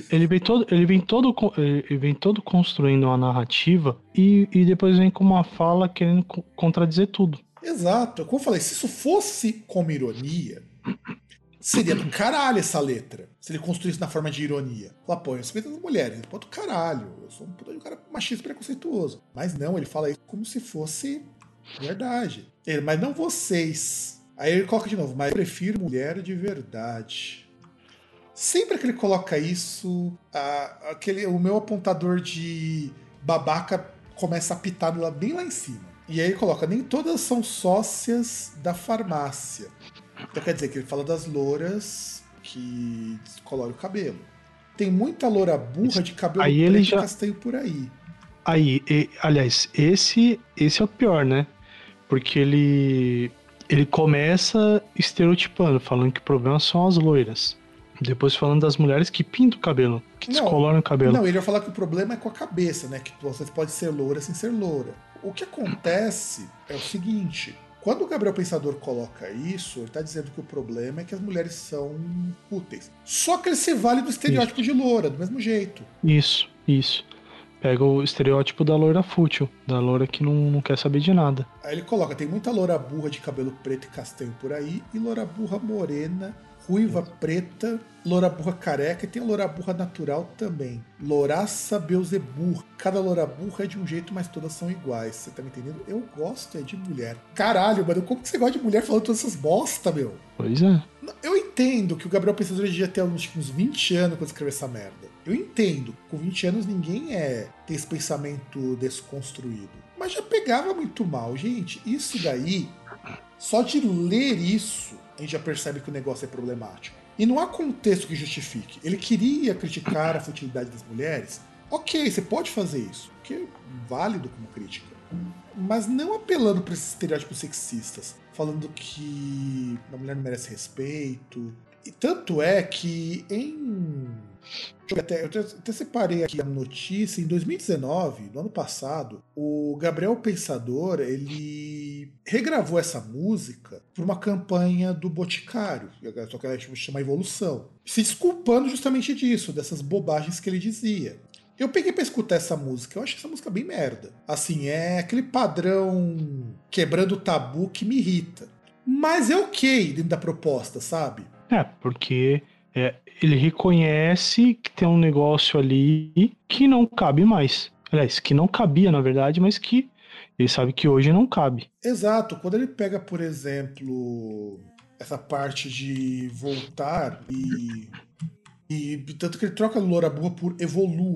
ele vem todo construindo uma narrativa e depois vem com uma fala querendo contradizer tudo. Exato. Como eu falei, se isso fosse como ironia, seria do caralho essa letra. Se ele construísse na forma de ironia. Falar, pô, eu respeito as mulheres. Pô, do caralho. Eu sou um cara machista preconceituoso. Mas não, ele fala isso como se fosse verdade. Mas não vocês. Aí ele coloca de novo, mas eu prefiro mulher de verdade. Sempre que ele coloca isso, o meu apontador de babaca começa a apitar bem lá em cima. E aí ele coloca, nem todas são sócias da farmácia. Então quer dizer que ele fala das louras que descoloram o cabelo. Tem muita loura burra de cabelo preto e castanho por aí. Aliás, esse é o pior, né? Porque ele começa estereotipando, falando que o problema são as loiras. Depois falando das mulheres que pintam o cabelo, que descoloram o cabelo. Não, ele vai falar que o problema é com a cabeça, né? Que você pode ser loura sem ser loura. O que acontece é o seguinte: quando o Gabriel Pensador coloca isso, ele tá dizendo que o problema é que as mulheres são úteis. Só que ele se vale do estereótipo de loura, do mesmo jeito. Isso. Pega o estereótipo da loira fútil, da loira que não quer saber de nada. Aí ele coloca, tem muita loura burra de cabelo preto e castanho por aí, e loura burra morena, ruiva preta, loura burra careca, e tem a loura burra natural também. Louraça Beelzebub. Cada loura burra é de um jeito, mas todas são iguais. Você tá me entendendo? Eu gosto de mulher. Caralho, mano, como que você gosta de mulher falando todas essas bosta, meu? Pois é. Eu entendo que o Gabriel Pensador devia ter uns 20 anos quando escreveu essa merda. Eu entendo. Com 20 anos ninguém tem esse pensamento desconstruído. Mas já pegava muito mal. Gente, isso daí, só de ler isso, a gente já percebe que o negócio é problemático. E não há contexto que justifique. Ele queria criticar a futilidade das mulheres. Ok, você pode fazer isso, porque é válido como crítica. Mas não apelando para esses estereótipos sexistas, falando que a mulher não merece respeito. E tanto é que eu até separei aqui a notícia, em 2019, no ano passado, o Gabriel Pensador, ele regravou essa música por uma campanha do Boticário, só que ela chama Evolução, se desculpando justamente disso, dessas bobagens que ele dizia. Eu peguei pra escutar essa música, eu acho essa música bem merda. Assim, é aquele padrão quebrando o tabu que me irrita. Mas é ok dentro da proposta, sabe? Porque ele reconhece que tem um negócio ali que não cabe mais. Aliás, que não cabia, na verdade, mas que ele sabe que hoje não cabe. Exato. Quando ele pega, por exemplo, essa parte de voltar e tanto que ele troca Loura Burra por Evolua.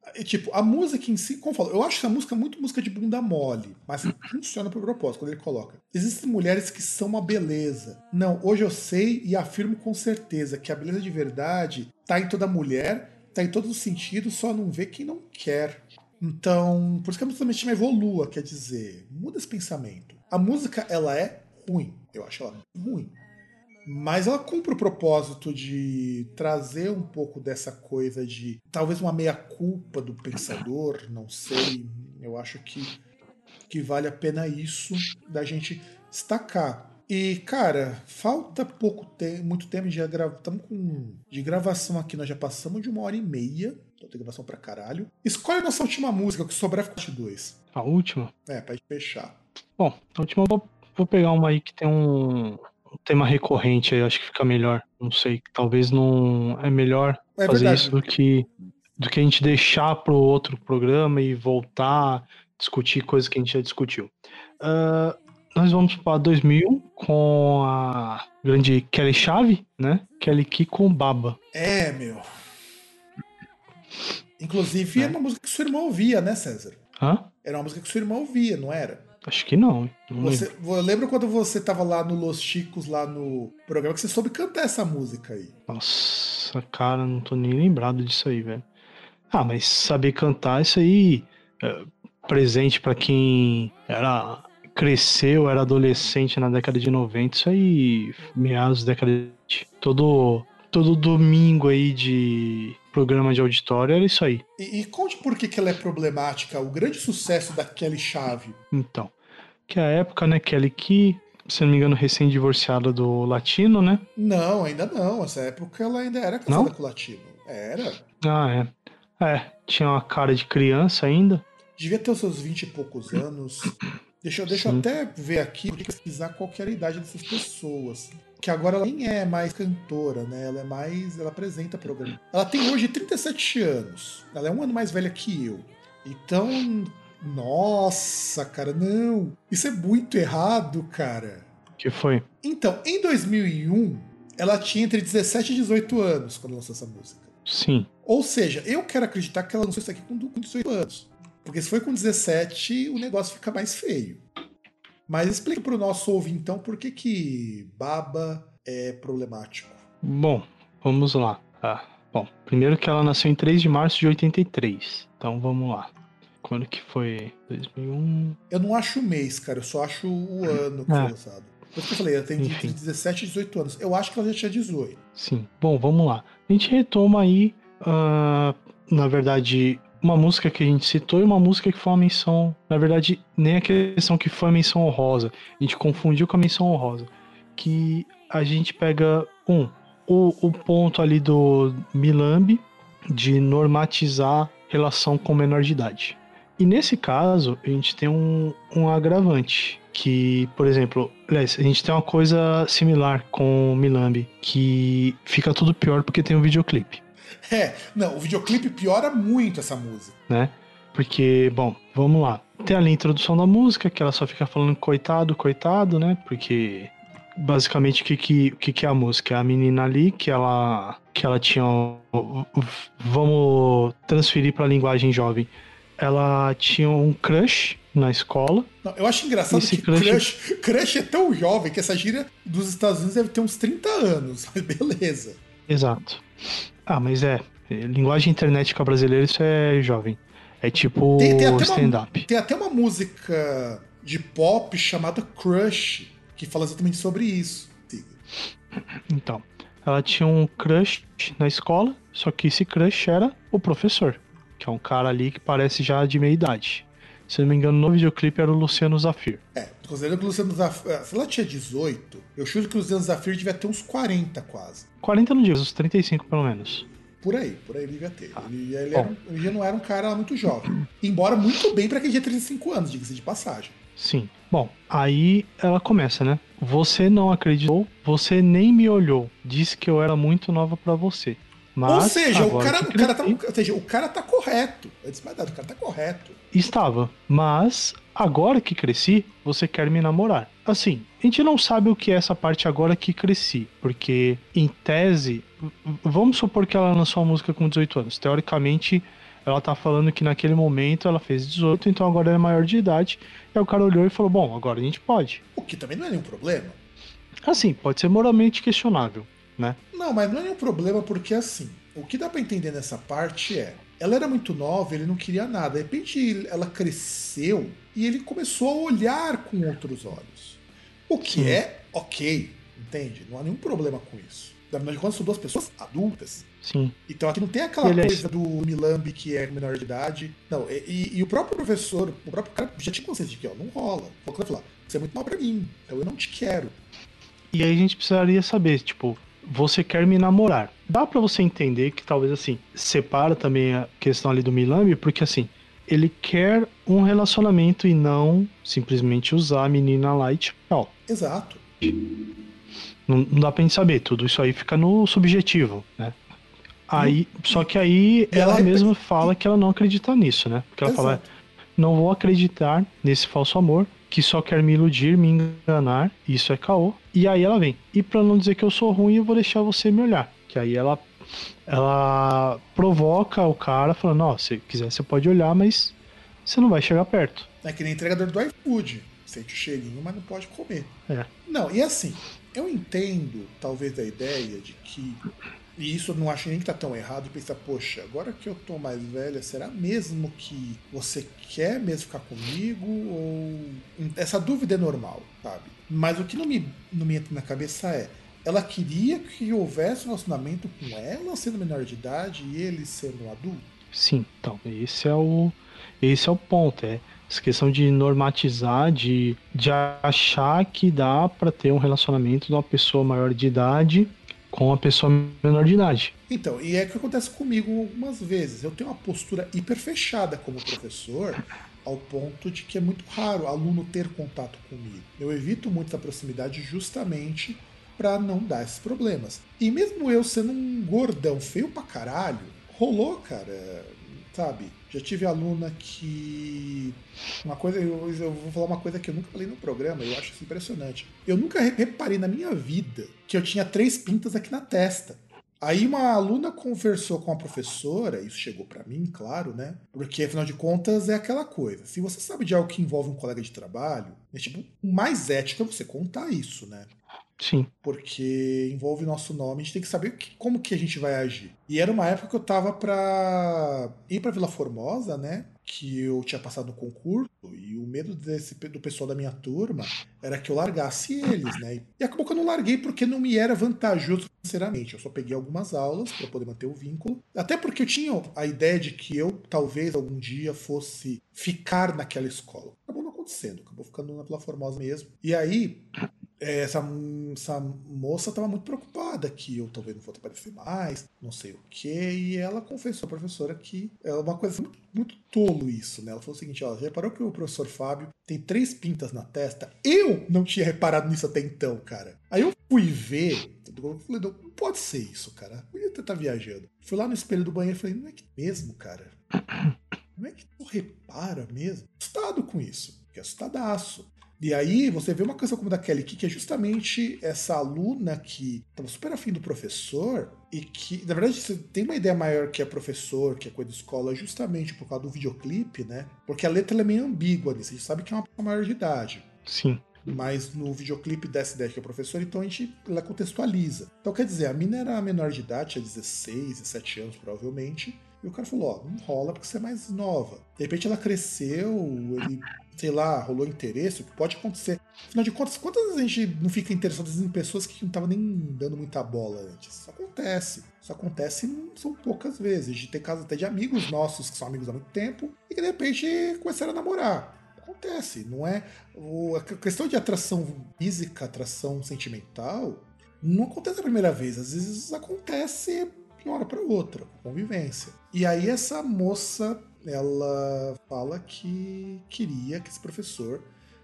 Tipo, a música em si, como eu falo, eu acho essa música muito música de bunda mole, mas funciona pro propósito, quando ele coloca. Existem mulheres que são uma beleza. Não, hoje eu sei e afirmo com certeza que a beleza de verdade tá em toda mulher, tá em todos os sentidos, só não vê quem não quer. Então, por isso que a música também chama Evolua, quer dizer, muda esse pensamento. A música, ela é ruim, eu acho ela ruim. Mas ela cumpre o propósito de trazer um pouco dessa coisa de talvez uma meia-culpa do pensador, não sei. Eu acho que vale a pena isso da gente destacar. E, cara, falta muito tempo, estamos de gravação aqui, nós já passamos de 1h30. Então tem gravação pra caralho. Escolhe a nossa última música, que sobrar fica parte 2. A última? Pra gente fechar. Bom, a última eu vou pegar uma aí que tem um tema recorrente aí, acho que fica melhor. Não sei, talvez não é melhor fazer verdade. isso do que a gente deixar pro outro programa e voltar, discutir coisas que a gente já discutiu. Nós vamos para 2000 com a grande Kelly Chave, né? Kelly Key com Baba. Meu. Inclusive, era uma música que sua irmã ouvia, né, César? Hã? Era uma música que sua irmã ouvia, não era? Acho que não. Eu lembro quando você tava lá no Los Chicos, lá no programa, que você soube cantar essa música aí. Nossa, cara, não tô nem lembrado disso aí, velho. Mas saber cantar, isso aí, presente pra quem cresceu, era adolescente na década de 90, isso aí, meados da década de... Todo domingo aí de programa de auditório era isso aí. E conte por que ela é problemática, o grande sucesso da Kelly Chave. Então, que a época, né, Kelly Key, se não me engano, recém-divorciada do Latino, né? Não, ainda não. Essa época ela ainda era casada com o Latino. Era. Tinha uma cara de criança ainda. Devia ter os seus 20 e poucos anos. Deixa eu até ver aqui, pesquisar qual que era a idade dessas pessoas. Que agora ela nem é mais cantora, né? Ela apresenta programa. Ela tem hoje 37 anos. Ela é um ano mais velha que eu. Então, nossa, cara, não. Isso é muito errado, cara. Que foi? Então, em 2001, ela tinha entre 17 e 18 anos quando lançou essa música. Sim. Ou seja, eu quero acreditar que ela lançou isso aqui com 18 anos. Porque se foi com 17, o negócio fica mais feio. Mas explica pro nosso ouvintão por que Baba é problemático. Bom, vamos lá. Bom, primeiro que ela nasceu em 3 de março de 83. Então vamos lá. Quando que foi? 2001? Eu não acho o mês, cara. Eu só acho o ano que foi lançado. Por isso que eu falei, ela tem entre 17 e 18 anos. Eu acho que ela já tinha 18. Sim. Bom, vamos lá. A gente retoma aí, na verdade... uma música que a gente citou e uma música que foi uma menção... Na verdade, nem a questão que foi a menção honrosa. A gente confundiu com a menção honrosa. Que a gente pega, o ponto ali do Milambi de normatizar relação com menor de idade. E nesse caso, a gente tem um agravante. Que, por exemplo... Aliás, a gente tem uma coisa similar com o Milambi. Que fica tudo pior porque tem um videoclipe. Não, o videoclipe piora muito essa música. Né? Porque, bom, vamos lá. Tem ali a introdução da música, que ela só fica falando coitado, né? Porque, basicamente, o que é a música? É a menina ali, que ela tinha... Vamos transferir pra linguagem jovem. Ela tinha um crush na escola. Não, eu acho engraçado que crush é tão jovem que essa gíria dos Estados Unidos deve ter uns 30 anos. Beleza. Exato. Mas linguagem internética brasileira, isso é jovem. É tipo stand-up. Tem até uma música de pop chamada Crush, que fala exatamente sobre isso. Então, ela tinha um crush na escola, só que esse crush era o professor, que é um cara ali que parece já de meia idade. Se não me engano, no videoclipe era o Luciano Zafir. Considerando que o Luciano Zafir... Se ela tinha 18, eu chuto que o Luciano Zafir devia ter uns 40 quase. 40 não digo, uns 35 pelo menos. Por aí ele devia ter. Ele já não era um cara muito jovem. Embora muito bem pra quem tinha 35 anos, diga-se de passagem. Sim. Bom, aí ela começa, né? Você não acreditou, você nem me olhou. Disse que eu era muito nova pra você. Mas, ou seja, o cara tá correto. Antes de mais nada, o cara tá correto. Estava. Mas, agora que cresci, você quer me namorar. Assim, a gente não sabe o que é essa parte agora que cresci. Porque, em tese, vamos supor que ela lançou a música com 18 anos. Teoricamente, ela tá falando que naquele momento ela fez 18, então agora ela é maior de idade. E aí o cara olhou e falou, bom, agora a gente pode. O que também não é nenhum problema. Assim, pode ser moralmente questionável, né? Não, mas não é nenhum problema porque assim, o que dá pra entender nessa parte ela era muito nova, ele não queria nada. De repente ela cresceu e ele começou a olhar com outros olhos. O que Sim. é ok, entende? Não há nenhum problema com isso. Afinal de contas, são duas pessoas adultas. Sim. Então aqui não tem aquela Ele é coisa do Milambi que é menor de idade. Não, e o próprio professor, o próprio cara já tinha consciência de que, ó, não rola. Ele vai falar, você é muito mal pra mim, então eu não te quero. E aí a gente precisaria saber, tipo, você quer me namorar. Dá pra você entender que talvez assim, separa também a questão ali do Milambi, porque assim, ele quer um relacionamento e não simplesmente usar a menina lá e tchau. Exato. Não dá pra gente saber, tudo isso aí fica no subjetivo, né? Aí, só que aí ela mesma fala que ela não acredita nisso, né? Porque ela fala, Exato. não vou acreditar nesse falso amor, que só quer me iludir, me enganar, isso é caô. E aí ela vem, e pra não dizer que eu sou ruim, eu vou deixar você me olhar. Que aí ela provoca o cara, falando, ó, se quiser você pode olhar, mas você não vai chegar perto. É que nem entregador do iFood. Sente o cheirinho, mas não pode comer. É. Não, e assim, eu entendo, talvez, a ideia de que. E isso eu não acho nem que tá tão errado de pensar, poxa, agora que eu tô mais velha, será mesmo que você quer mesmo ficar comigo? Ou. Essa dúvida é normal, sabe? Mas o que não me entra na cabeça é. Ela queria que houvesse um relacionamento com ela sendo menor de idade e ele sendo um adulto? Sim, então, esse é o ponto, essa questão de normatizar, de achar que dá pra ter um relacionamento de uma pessoa maior de idade com uma pessoa menor de idade. Então, e é o que acontece comigo algumas vezes. Eu tenho uma postura hiper fechada como professor, ao ponto de que é muito raro aluno ter contato comigo. Eu evito muito essa proximidade justamente para não dar esses problemas. E mesmo eu sendo um gordão feio pra caralho, rolou, cara, sabe? Já tive aluna que. Uma coisa, eu vou falar uma coisa que eu nunca falei no programa, eu acho isso impressionante. Eu nunca reparei na minha vida que eu tinha 3 pintas aqui na testa. Aí uma aluna conversou com a professora, isso chegou pra mim, claro, né? Porque afinal de contas é aquela coisa. Se você sabe de algo que envolve um colega de trabalho, é tipo, o mais ético é você contar isso, né? Sim. Porque envolve o nosso nome, a gente tem que saber como que a gente vai agir. E era uma época que eu tava pra ir pra Vila Formosa, né? Que eu tinha passado no concurso, e o medo do pessoal da minha turma era que eu largasse eles, né? E acabou que eu não larguei porque não me era vantajoso financeiramente. Eu só peguei algumas aulas para poder manter o vínculo. Até porque eu tinha a ideia de que eu talvez algum dia fosse ficar naquela escola. Acabou não acontecendo, acabou ficando na Vila Formosa mesmo. E aí, essa moça estava muito preocupada que eu talvez não fosse aparecer mais, não sei o que, e ela confessou à professora que é uma coisa muito, muito tolo isso, né? Ela falou o seguinte, ó, já reparou que o professor Fábio tem 3 pintas na testa? Eu não tinha reparado nisso até então, cara. Aí eu fui ver, eu falei, não pode ser isso, cara. Eu ia estar viajando. Fui lá no espelho do banheiro e falei, não é que mesmo, cara? Não é que tu repara mesmo? Assustado com isso, fiquei assustadaço. E aí você vê uma canção como da Kelly Key, que é justamente essa aluna que estava super afim do professor e que, na verdade, você tem uma ideia maior que é professor, que é coisa de escola, justamente por causa do videoclipe, né? Porque a letra é meio ambígua nisso, a gente sabe que é uma pessoa maior de idade. Sim. Mas no videoclipe dessa ideia que é professor, então ela contextualiza. Então quer dizer, a mina era menor de idade, tinha 16, 17 anos provavelmente, e o cara falou, ó, não rola porque você é mais nova. De repente ela cresceu, ele, sei lá, rolou interesse, o que pode acontecer. Afinal de contas, quantas vezes a gente não fica interessado em pessoas que não estavam nem dando muita bola antes? Isso acontece. Isso acontece, são poucas vezes. A gente tem casos até de amigos nossos, que são amigos há muito tempo, e que de repente começaram a namorar. Acontece, não é? A questão de atração física, atração sentimental, não acontece a primeira vez. Às vezes acontece de uma hora para outra, convivência. E aí essa moça, ela fala que queria que esse professor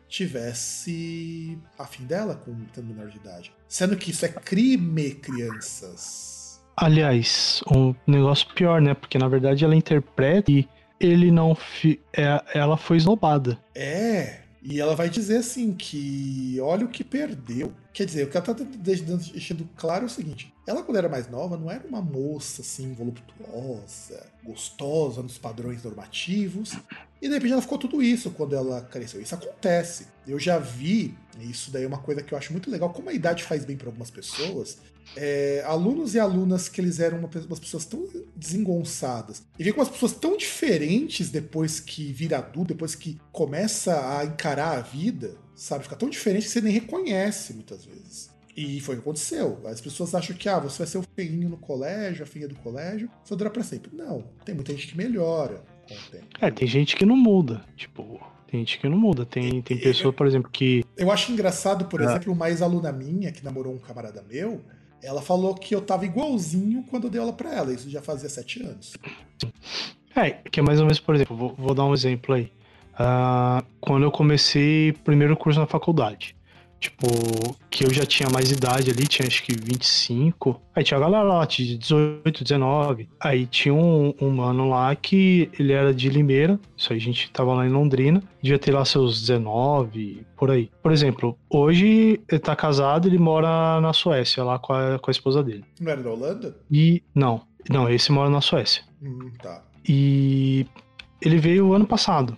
tivesse afim dela com tendo menor de idade. Sendo que isso é crime, crianças. Aliás, um negócio pior, né? Porque na verdade ela interpreta e ele não ela foi esnobada. É, E ela vai dizer assim que olha o que perdeu. Quer dizer, o que ela tá deixando claro é o seguinte: ela, quando era mais nova, não era uma moça assim, voluptuosa, gostosa nos padrões normativos. E de repente ela ficou tudo isso quando ela cresceu. Isso acontece. Eu já vi, isso daí é uma coisa que eu acho muito legal, como a idade faz bem para algumas pessoas. Alunos e alunas que eles eram umas pessoas tão desengonçadas e vê com umas pessoas tão diferentes depois que vira adulto, depois que começa a encarar a vida, sabe? Fica tão diferente que você nem reconhece muitas vezes. E foi o que aconteceu. As pessoas acham que você vai ser o feinho no colégio, a feinha do colégio, você vai durar pra sempre. Não, tem muita gente que melhora com o tempo. Tem gente que não muda. Tipo, tem gente que não muda. Tem pessoa, por exemplo, que... Eu acho engraçado, por exemplo, uma ex-aluna minha que namorou um camarada meu. Ela falou que eu tava igualzinho quando eu dei aula pra ela. Isso já fazia 7 anos. Que é mais ou menos, por exemplo, vou dar um exemplo aí. Quando eu comecei o primeiro curso na faculdade, tipo, que eu já tinha mais idade ali, tinha acho que 25. Aí tinha a galera lá, tinha 18, 19. Aí tinha um mano lá que ele era de Limeira. Isso aí a gente tava lá em Londrina. Devia ter lá seus 19, por aí. Por exemplo, hoje ele tá casado, ele mora na Suécia, lá com a esposa dele. Não era da Holanda? Não, esse mora na Suécia. Tá. E ele veio ano passado.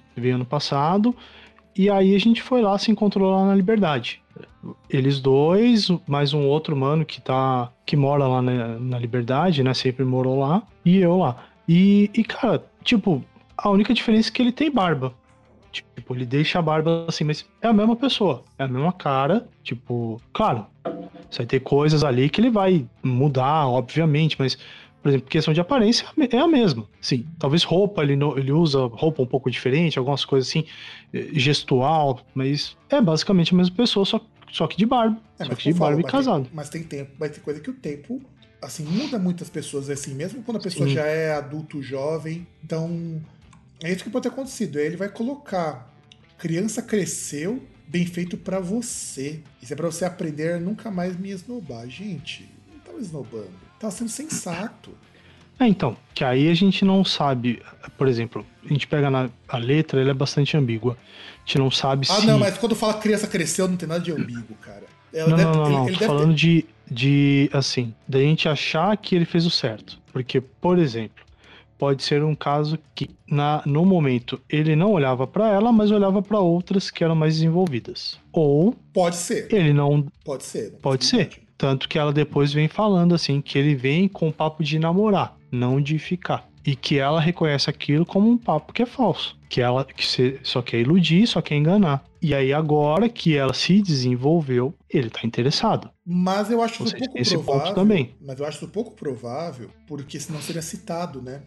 E aí a gente foi lá, se encontrou lá na Liberdade. Eles dois, mais um outro mano que mora lá na Liberdade, né? Sempre morou lá. E eu lá. E, cara, tipo, a única diferença é que ele tem barba. Tipo, ele deixa a barba assim, mas é a mesma pessoa. É a mesma cara. Tipo, claro, você vai ter coisas ali que ele vai mudar, obviamente, mas... Por exemplo, questão de aparência é a mesma. Sim, talvez roupa, ele usa roupa um pouco diferente, algumas coisas assim, gestual, mas é basicamente a mesma pessoa, só que de barba. Só que de barba e casado. Mas tem tempo, vai ter coisa que o tempo, assim, muda muitas pessoas, assim, mesmo quando a pessoa já é adulto, jovem. Então, é isso que pode ter acontecido. Aí ele vai colocar, criança cresceu, bem feito pra você. Isso é pra você aprender a nunca mais me esnobar. Gente, não tava esnobando. Tá sendo sensato. Então, que aí a gente não sabe, por exemplo, a gente pega a letra, ela é bastante ambígua. A gente não sabe se... não, mas quando fala criança cresceu, não tem nada de ambíguo, cara. Não. Tô falando de, assim, da gente achar que ele fez o certo. Porque, por exemplo, pode ser um caso que, no momento, ele não olhava pra ela, mas olhava pra outras que eram mais desenvolvidas. Ou... Pode ser. Ele não... Pode ser. Pode ser. Tanto que ela depois vem falando assim, que ele vem com o papo de namorar, não de ficar. E que ela reconhece aquilo como um papo que é falso. Que ela só quer iludir, só quer enganar. E aí agora que ela se desenvolveu, ele tá interessado. Mas eu acho isso pouco provável. Esse ponto também. Mas eu acho isso pouco provável, porque senão seria citado, né?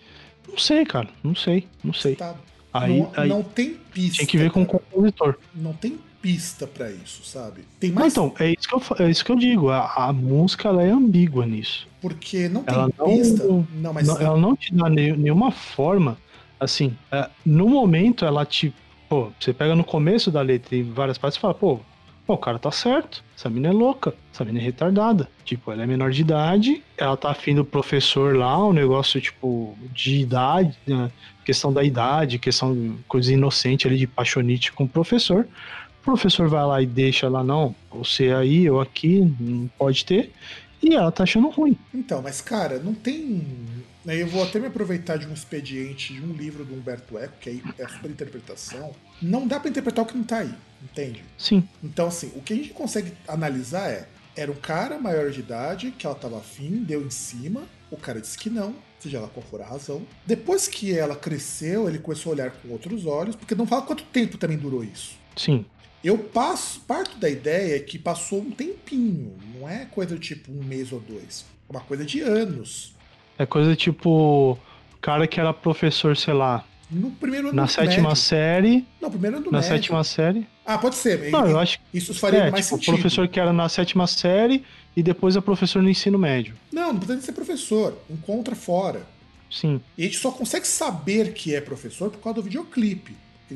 Não sei, cara. Não sei. Citado. Aí não tem pista. Tinha que ver com o compositor. Não tem pista pra isso, sabe? Tem mais... Então, é isso que eu digo. A música, ela é ambígua nisso. Porque não tem pista. Ela não te dá nenhuma forma. Assim, no momento, ela te... Pô, você pega no começo da letra e várias partes e fala, pô, o cara tá certo. Essa mina é louca. Essa mina é retardada. Tipo, ela é menor de idade. Ela tá afim do professor lá. Um negócio, tipo, de idade. Né? Questão da idade. Questão coisa inocente ali de paixonite com o professor. O professor vai lá e deixa lá, não, você aí, eu aqui, não pode ter, e ela tá achando ruim. Então, mas cara, não tem... Eu vou até me aproveitar de um expediente de um livro do Humberto Eco, que aí é a superinterpretação. Não dá pra interpretar o que não tá aí, entende? Sim. Então, assim, o que a gente consegue analisar era um cara maior de idade, que ela tava afim, deu em cima, o cara disse que não, seja lá qual for a razão. Depois que ela cresceu, ele começou a olhar com outros olhos, porque não fala quanto tempo também durou isso. Sim. Eu parto da ideia que passou um tempinho, não é coisa do tipo 1 mês ou 2, é uma coisa de anos. É coisa tipo, cara que era professor, sei lá, no primeiro ano na sétima série. Não, primeiro ano do na médio. Sétima série. Ah, pode ser. Não, eu acho isso faria mais tipo, sentido. Professor que era na sétima série e depois é professor no ensino médio. Não precisa ser professor, encontra fora. Sim. E a gente só consegue saber que é professor por causa do videoclipe.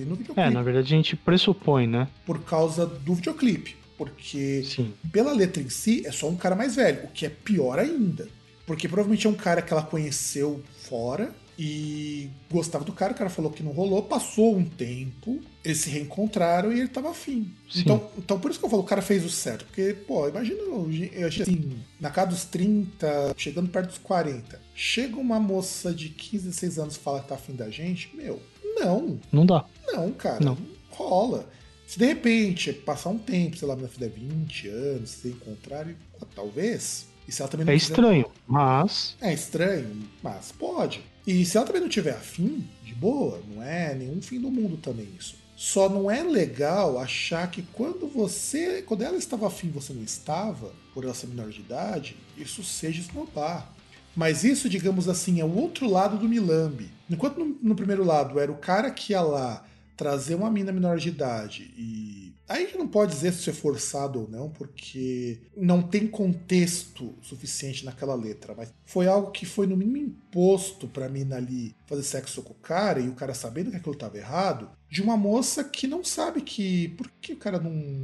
Na verdade a gente pressupõe, né? Por causa do videoclipe. Porque Sim. Pela letra em si é só um cara mais velho, o que é pior ainda. Porque provavelmente é um cara que ela conheceu fora e gostava do cara, o cara falou que não rolou, passou um tempo, eles se reencontraram e ele tava afim. Então por isso que eu falo, o cara fez o certo, porque, pô, imagina, eu achei assim, na casa dos 30, chegando perto dos 40, chega uma moça de 15, 16 anos e fala que tá afim da gente, meu, não. Não dá. Não, cara, Não rola. Se de repente passar um tempo, sei lá, minha filha 20 anos, se encontrarem, talvez. E se ela também não quiser... estranho, mas. É estranho, mas pode. E se ela também não tiver afim, de boa, não é nenhum fim do mundo também isso. Só não é legal achar que quando ela estava afim e você não estava, por ela ser menor de idade, isso seja esnobar. Mas isso, digamos assim, é o outro lado do Milambi. Enquanto no primeiro lado era o cara que ia lá trazer uma mina menor de idade e... Aí a gente não pode dizer se isso é forçado ou não, porque não tem contexto suficiente naquela letra, mas foi algo que foi no mínimo imposto pra mina ali fazer sexo com o cara, e o cara sabendo que aquilo estava errado, de uma moça que não sabe por que o cara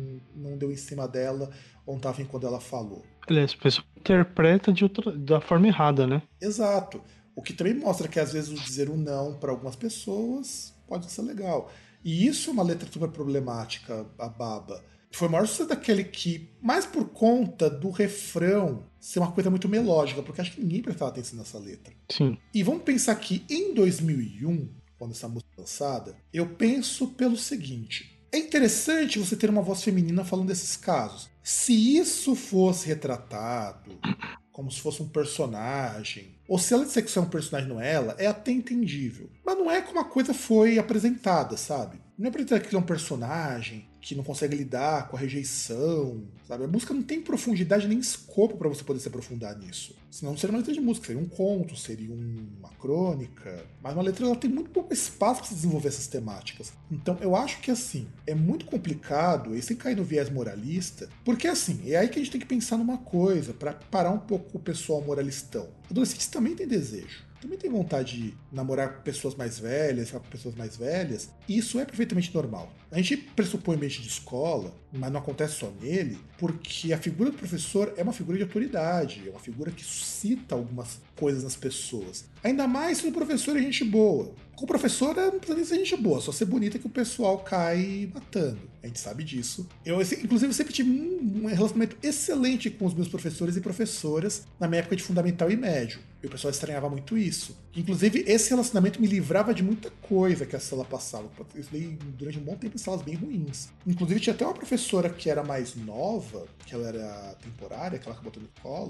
não deu em cima dela ou não estava em quando ela falou. Aliás, a pessoa interpreta da forma errada, né? Exato. O que também mostra que às vezes o dizer um não para algumas pessoas pode ser legal. E isso é uma letra super problemática, a Baba. Foi o maior sucesso daquele que, mais por conta do refrão ser uma coisa muito melódica, porque acho que ninguém prestava atenção nessa letra. Sim. E vamos pensar que em 2001, quando essa música foi lançada, eu penso pelo seguinte: é interessante você ter uma voz feminina falando desses casos. Se isso fosse retratado como se fosse um personagem, ou se ela disser que isso é um personagem não é ela, é até entendível. Mas não é como a coisa foi apresentada, sabe? Não é apresentada que ele é um personagem que não consegue lidar com a rejeição, sabe? A música não tem profundidade nem escopo para você poder se aprofundar nisso. Senão não seria uma letra de música, seria um conto, seria uma crônica. Mas uma letra ela tem muito pouco espaço para se desenvolver essas temáticas. Então eu acho que assim, é muito complicado, e sem cair no viés moralista, porque assim, é aí que a gente tem que pensar numa coisa, para parar um pouco o pessoal moralistão. Adolescentes também têm desejo. Também tem vontade de namorar com pessoas mais velhas, ficar com pessoas mais velhas, e isso é perfeitamente normal. A gente pressupõe ambiente de escola, mas não acontece só nele, porque a figura do professor é uma figura de autoridade, é uma figura que suscita algumas coisas nas pessoas. Ainda mais se o professor é gente boa. Com professora não precisa nem ser gente boa, só ser bonita que o pessoal cai matando. A gente sabe disso. Eu, inclusive, sempre tive um relacionamento excelente com os meus professores e professoras na minha época de fundamental e médio. E o pessoal estranhava muito isso. Inclusive, esse relacionamento me livrava de muita coisa que a sala passava. Eu estudei durante um bom tempo em salas bem ruins. Inclusive, tinha até uma professora que era mais nova, que ela era temporária, que ela acabou tendo escola,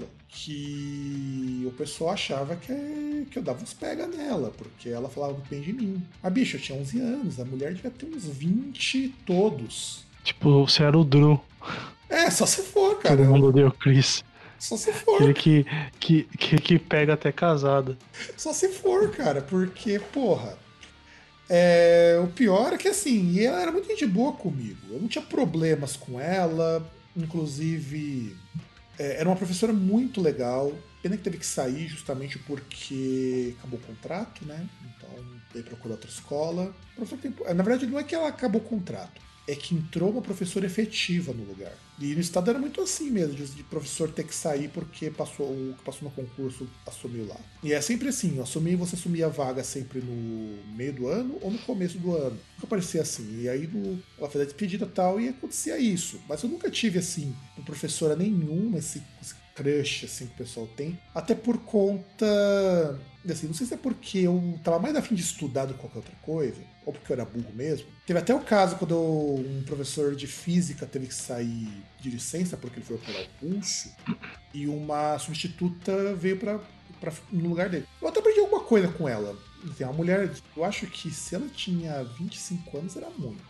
que o pessoal achava que eu dava uns pega nela, porque ela falava muito bem de mim. Mas, bicho, eu tinha 11 anos, a mulher devia ter uns 20 todos. Tipo, você era o Drew. É, só se for, cara. Todo mundo odeia o Chris. Só se for. Ele que pega até casada. Só se for, cara, porque, porra. O pior é que assim, e ela era muito gente boa comigo. Eu não tinha problemas com ela. Inclusive, era uma professora muito legal. Pena que teve que sair justamente porque acabou o contrato, né? Então, daí procurou outra escola. Na verdade, não é que ela acabou o contrato. É que entrou uma professora efetiva no lugar. E no estado era muito assim mesmo, de professor ter que sair porque o que passou no concurso assumiu lá. E é sempre assim, você assumia a vaga sempre no meio do ano ou no começo do ano. Nunca parecia assim. E aí ela fez a despedida e tal, e acontecia isso. Mas eu nunca tive, assim, uma professora nenhuma, esse crush assim, que o pessoal tem. Até por conta... Assim, não sei se é porque eu tava mais afim de estudar do que qualquer outra coisa, ou porque eu era burro mesmo. Teve até o caso quando um professor de física teve que sair de licença porque ele foi operar o pulso, e uma substituta veio no lugar dele. Eu até aprendi alguma coisa com ela. Assim, a mulher, eu acho que se ela tinha 25 anos, era muito.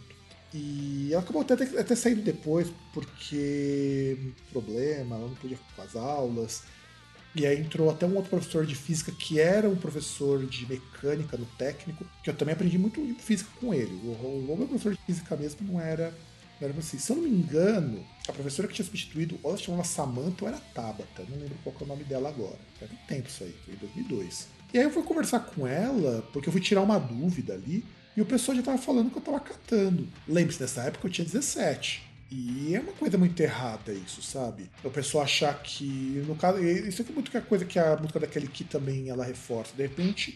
E ela acabou até saindo depois, porque problema, ela não podia ficar com as aulas. E aí entrou até um outro professor de física que era um professor de mecânica no técnico, que eu também aprendi muito física com ele. O meu professor de física mesmo não era assim. Se eu não me engano, a professora que tinha substituído, ou ela se chamava Samantha ou era Tabata, não lembro qual que é o nome dela agora. Faz muito tempo isso aí, foi em 2002. E aí eu fui conversar com ela, porque eu fui tirar uma dúvida ali, e o pessoal já estava falando que eu estava catando. Lembre-se, nessa época eu tinha 17. E é uma coisa muito errada isso, sabe? O pessoal achar que, no caso, isso é muito que a coisa que a música da Kelly Key também ela reforça. De repente,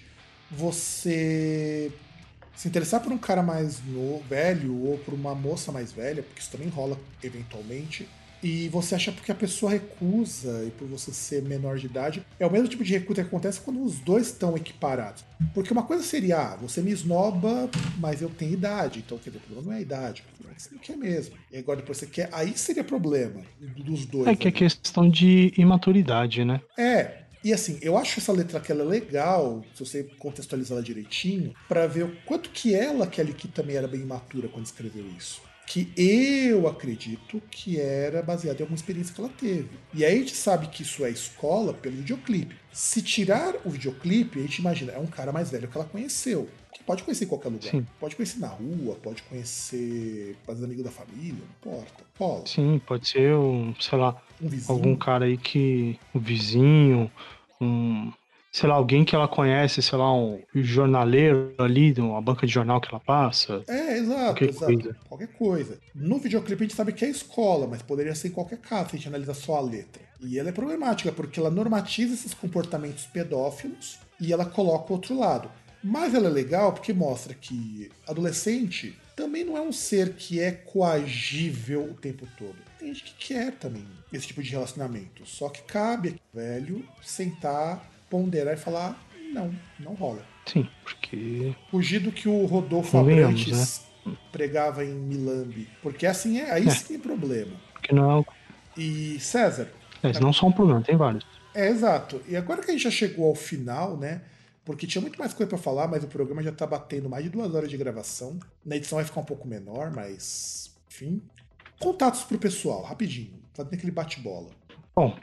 você se interessar por um cara mais velho ou por uma moça mais velha, porque isso também rola eventualmente, e você acha porque a pessoa recusa e por você ser menor de idade, é o mesmo tipo de recusa que acontece quando os dois estão equiparados. Porque uma coisa seria, você me esnoba, mas eu tenho idade, então quer dizer, o problema não é a idade, o problema é que você não quer mesmo. E agora depois você quer, aí seria problema dos dois. É que é questão de imaturidade, né? E assim, eu acho essa letra que ela é legal, se você contextualizar ela direitinho, pra ver o quanto que ela, Kelly Key, também era bem imatura quando escreveu isso. Que eu acredito que era baseado em alguma experiência que ela teve. E aí a gente sabe que isso é escola pelo videoclipe. Se tirar o videoclipe, a gente imagina, é um cara mais velho que ela conheceu. Que pode conhecer em qualquer lugar. Sim. Pode conhecer na rua, pode conhecer fazendo amigo da família, não importa. Rola. Sim, pode ser sei lá, Um vizinho. algum cara aí que. Um vizinho, sei lá, alguém que ela conhece, sei lá, um jornaleiro ali, uma banca de jornal que ela passa. Exato. Coisa. Qualquer coisa. No videoclipe a gente sabe que é escola, mas poderia ser em qualquer caso, se a gente analisa só a letra. E ela é problemática, porque ela normatiza esses comportamentos pedófilos e ela coloca o outro lado. Mas ela é legal porque mostra que adolescente também não é um ser que é coagível o tempo todo. Tem gente que quer também esse tipo de relacionamento. Só que cabe aqui, velho, sentar, ponderar e falar, não rola. Sim, porque... Fugir do que o Rodolfo Abrantes pregava em Milambi. Porque assim, aí sim tem problema. Porque não é... E César... não só um problema, tem vários. Exato. E agora que a gente já chegou ao final, né? Porque tinha muito mais coisa pra falar, mas o programa já tá batendo mais de 2 horas de gravação. Na edição vai ficar um pouco menor, mas... Enfim. Contatos pro pessoal, rapidinho. Fazendo aquele bate-bola. Bom,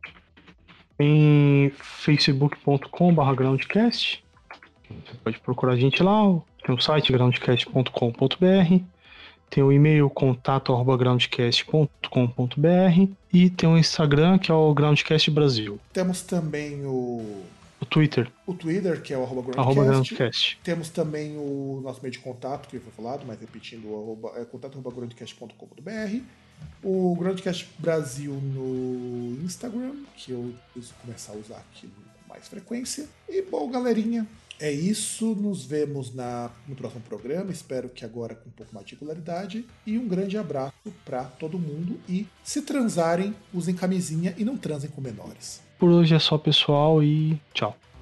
em facebook.com/groundcast. Você pode procurar a gente lá. Tem o site groundcast.com.br. Tem o e-mail contato@groundcast.com.br. E tem o Instagram, que é o Groundcast Brasil. Temos também o Twitter. O Twitter, que é o @groundcast. Temos também o nosso meio de contato, que foi falado, mas repetindo, contato@groundcast.com.br. O Groundcast Brasil no Instagram, que eu preciso começar a usar aqui com mais frequência. E, bom, galerinha, é isso. Nos vemos no próximo programa. Espero que agora com um pouco mais de regularidade. E um grande abraço para todo mundo. E se transarem, usem camisinha e não transem com menores. Por hoje é só, pessoal, e tchau.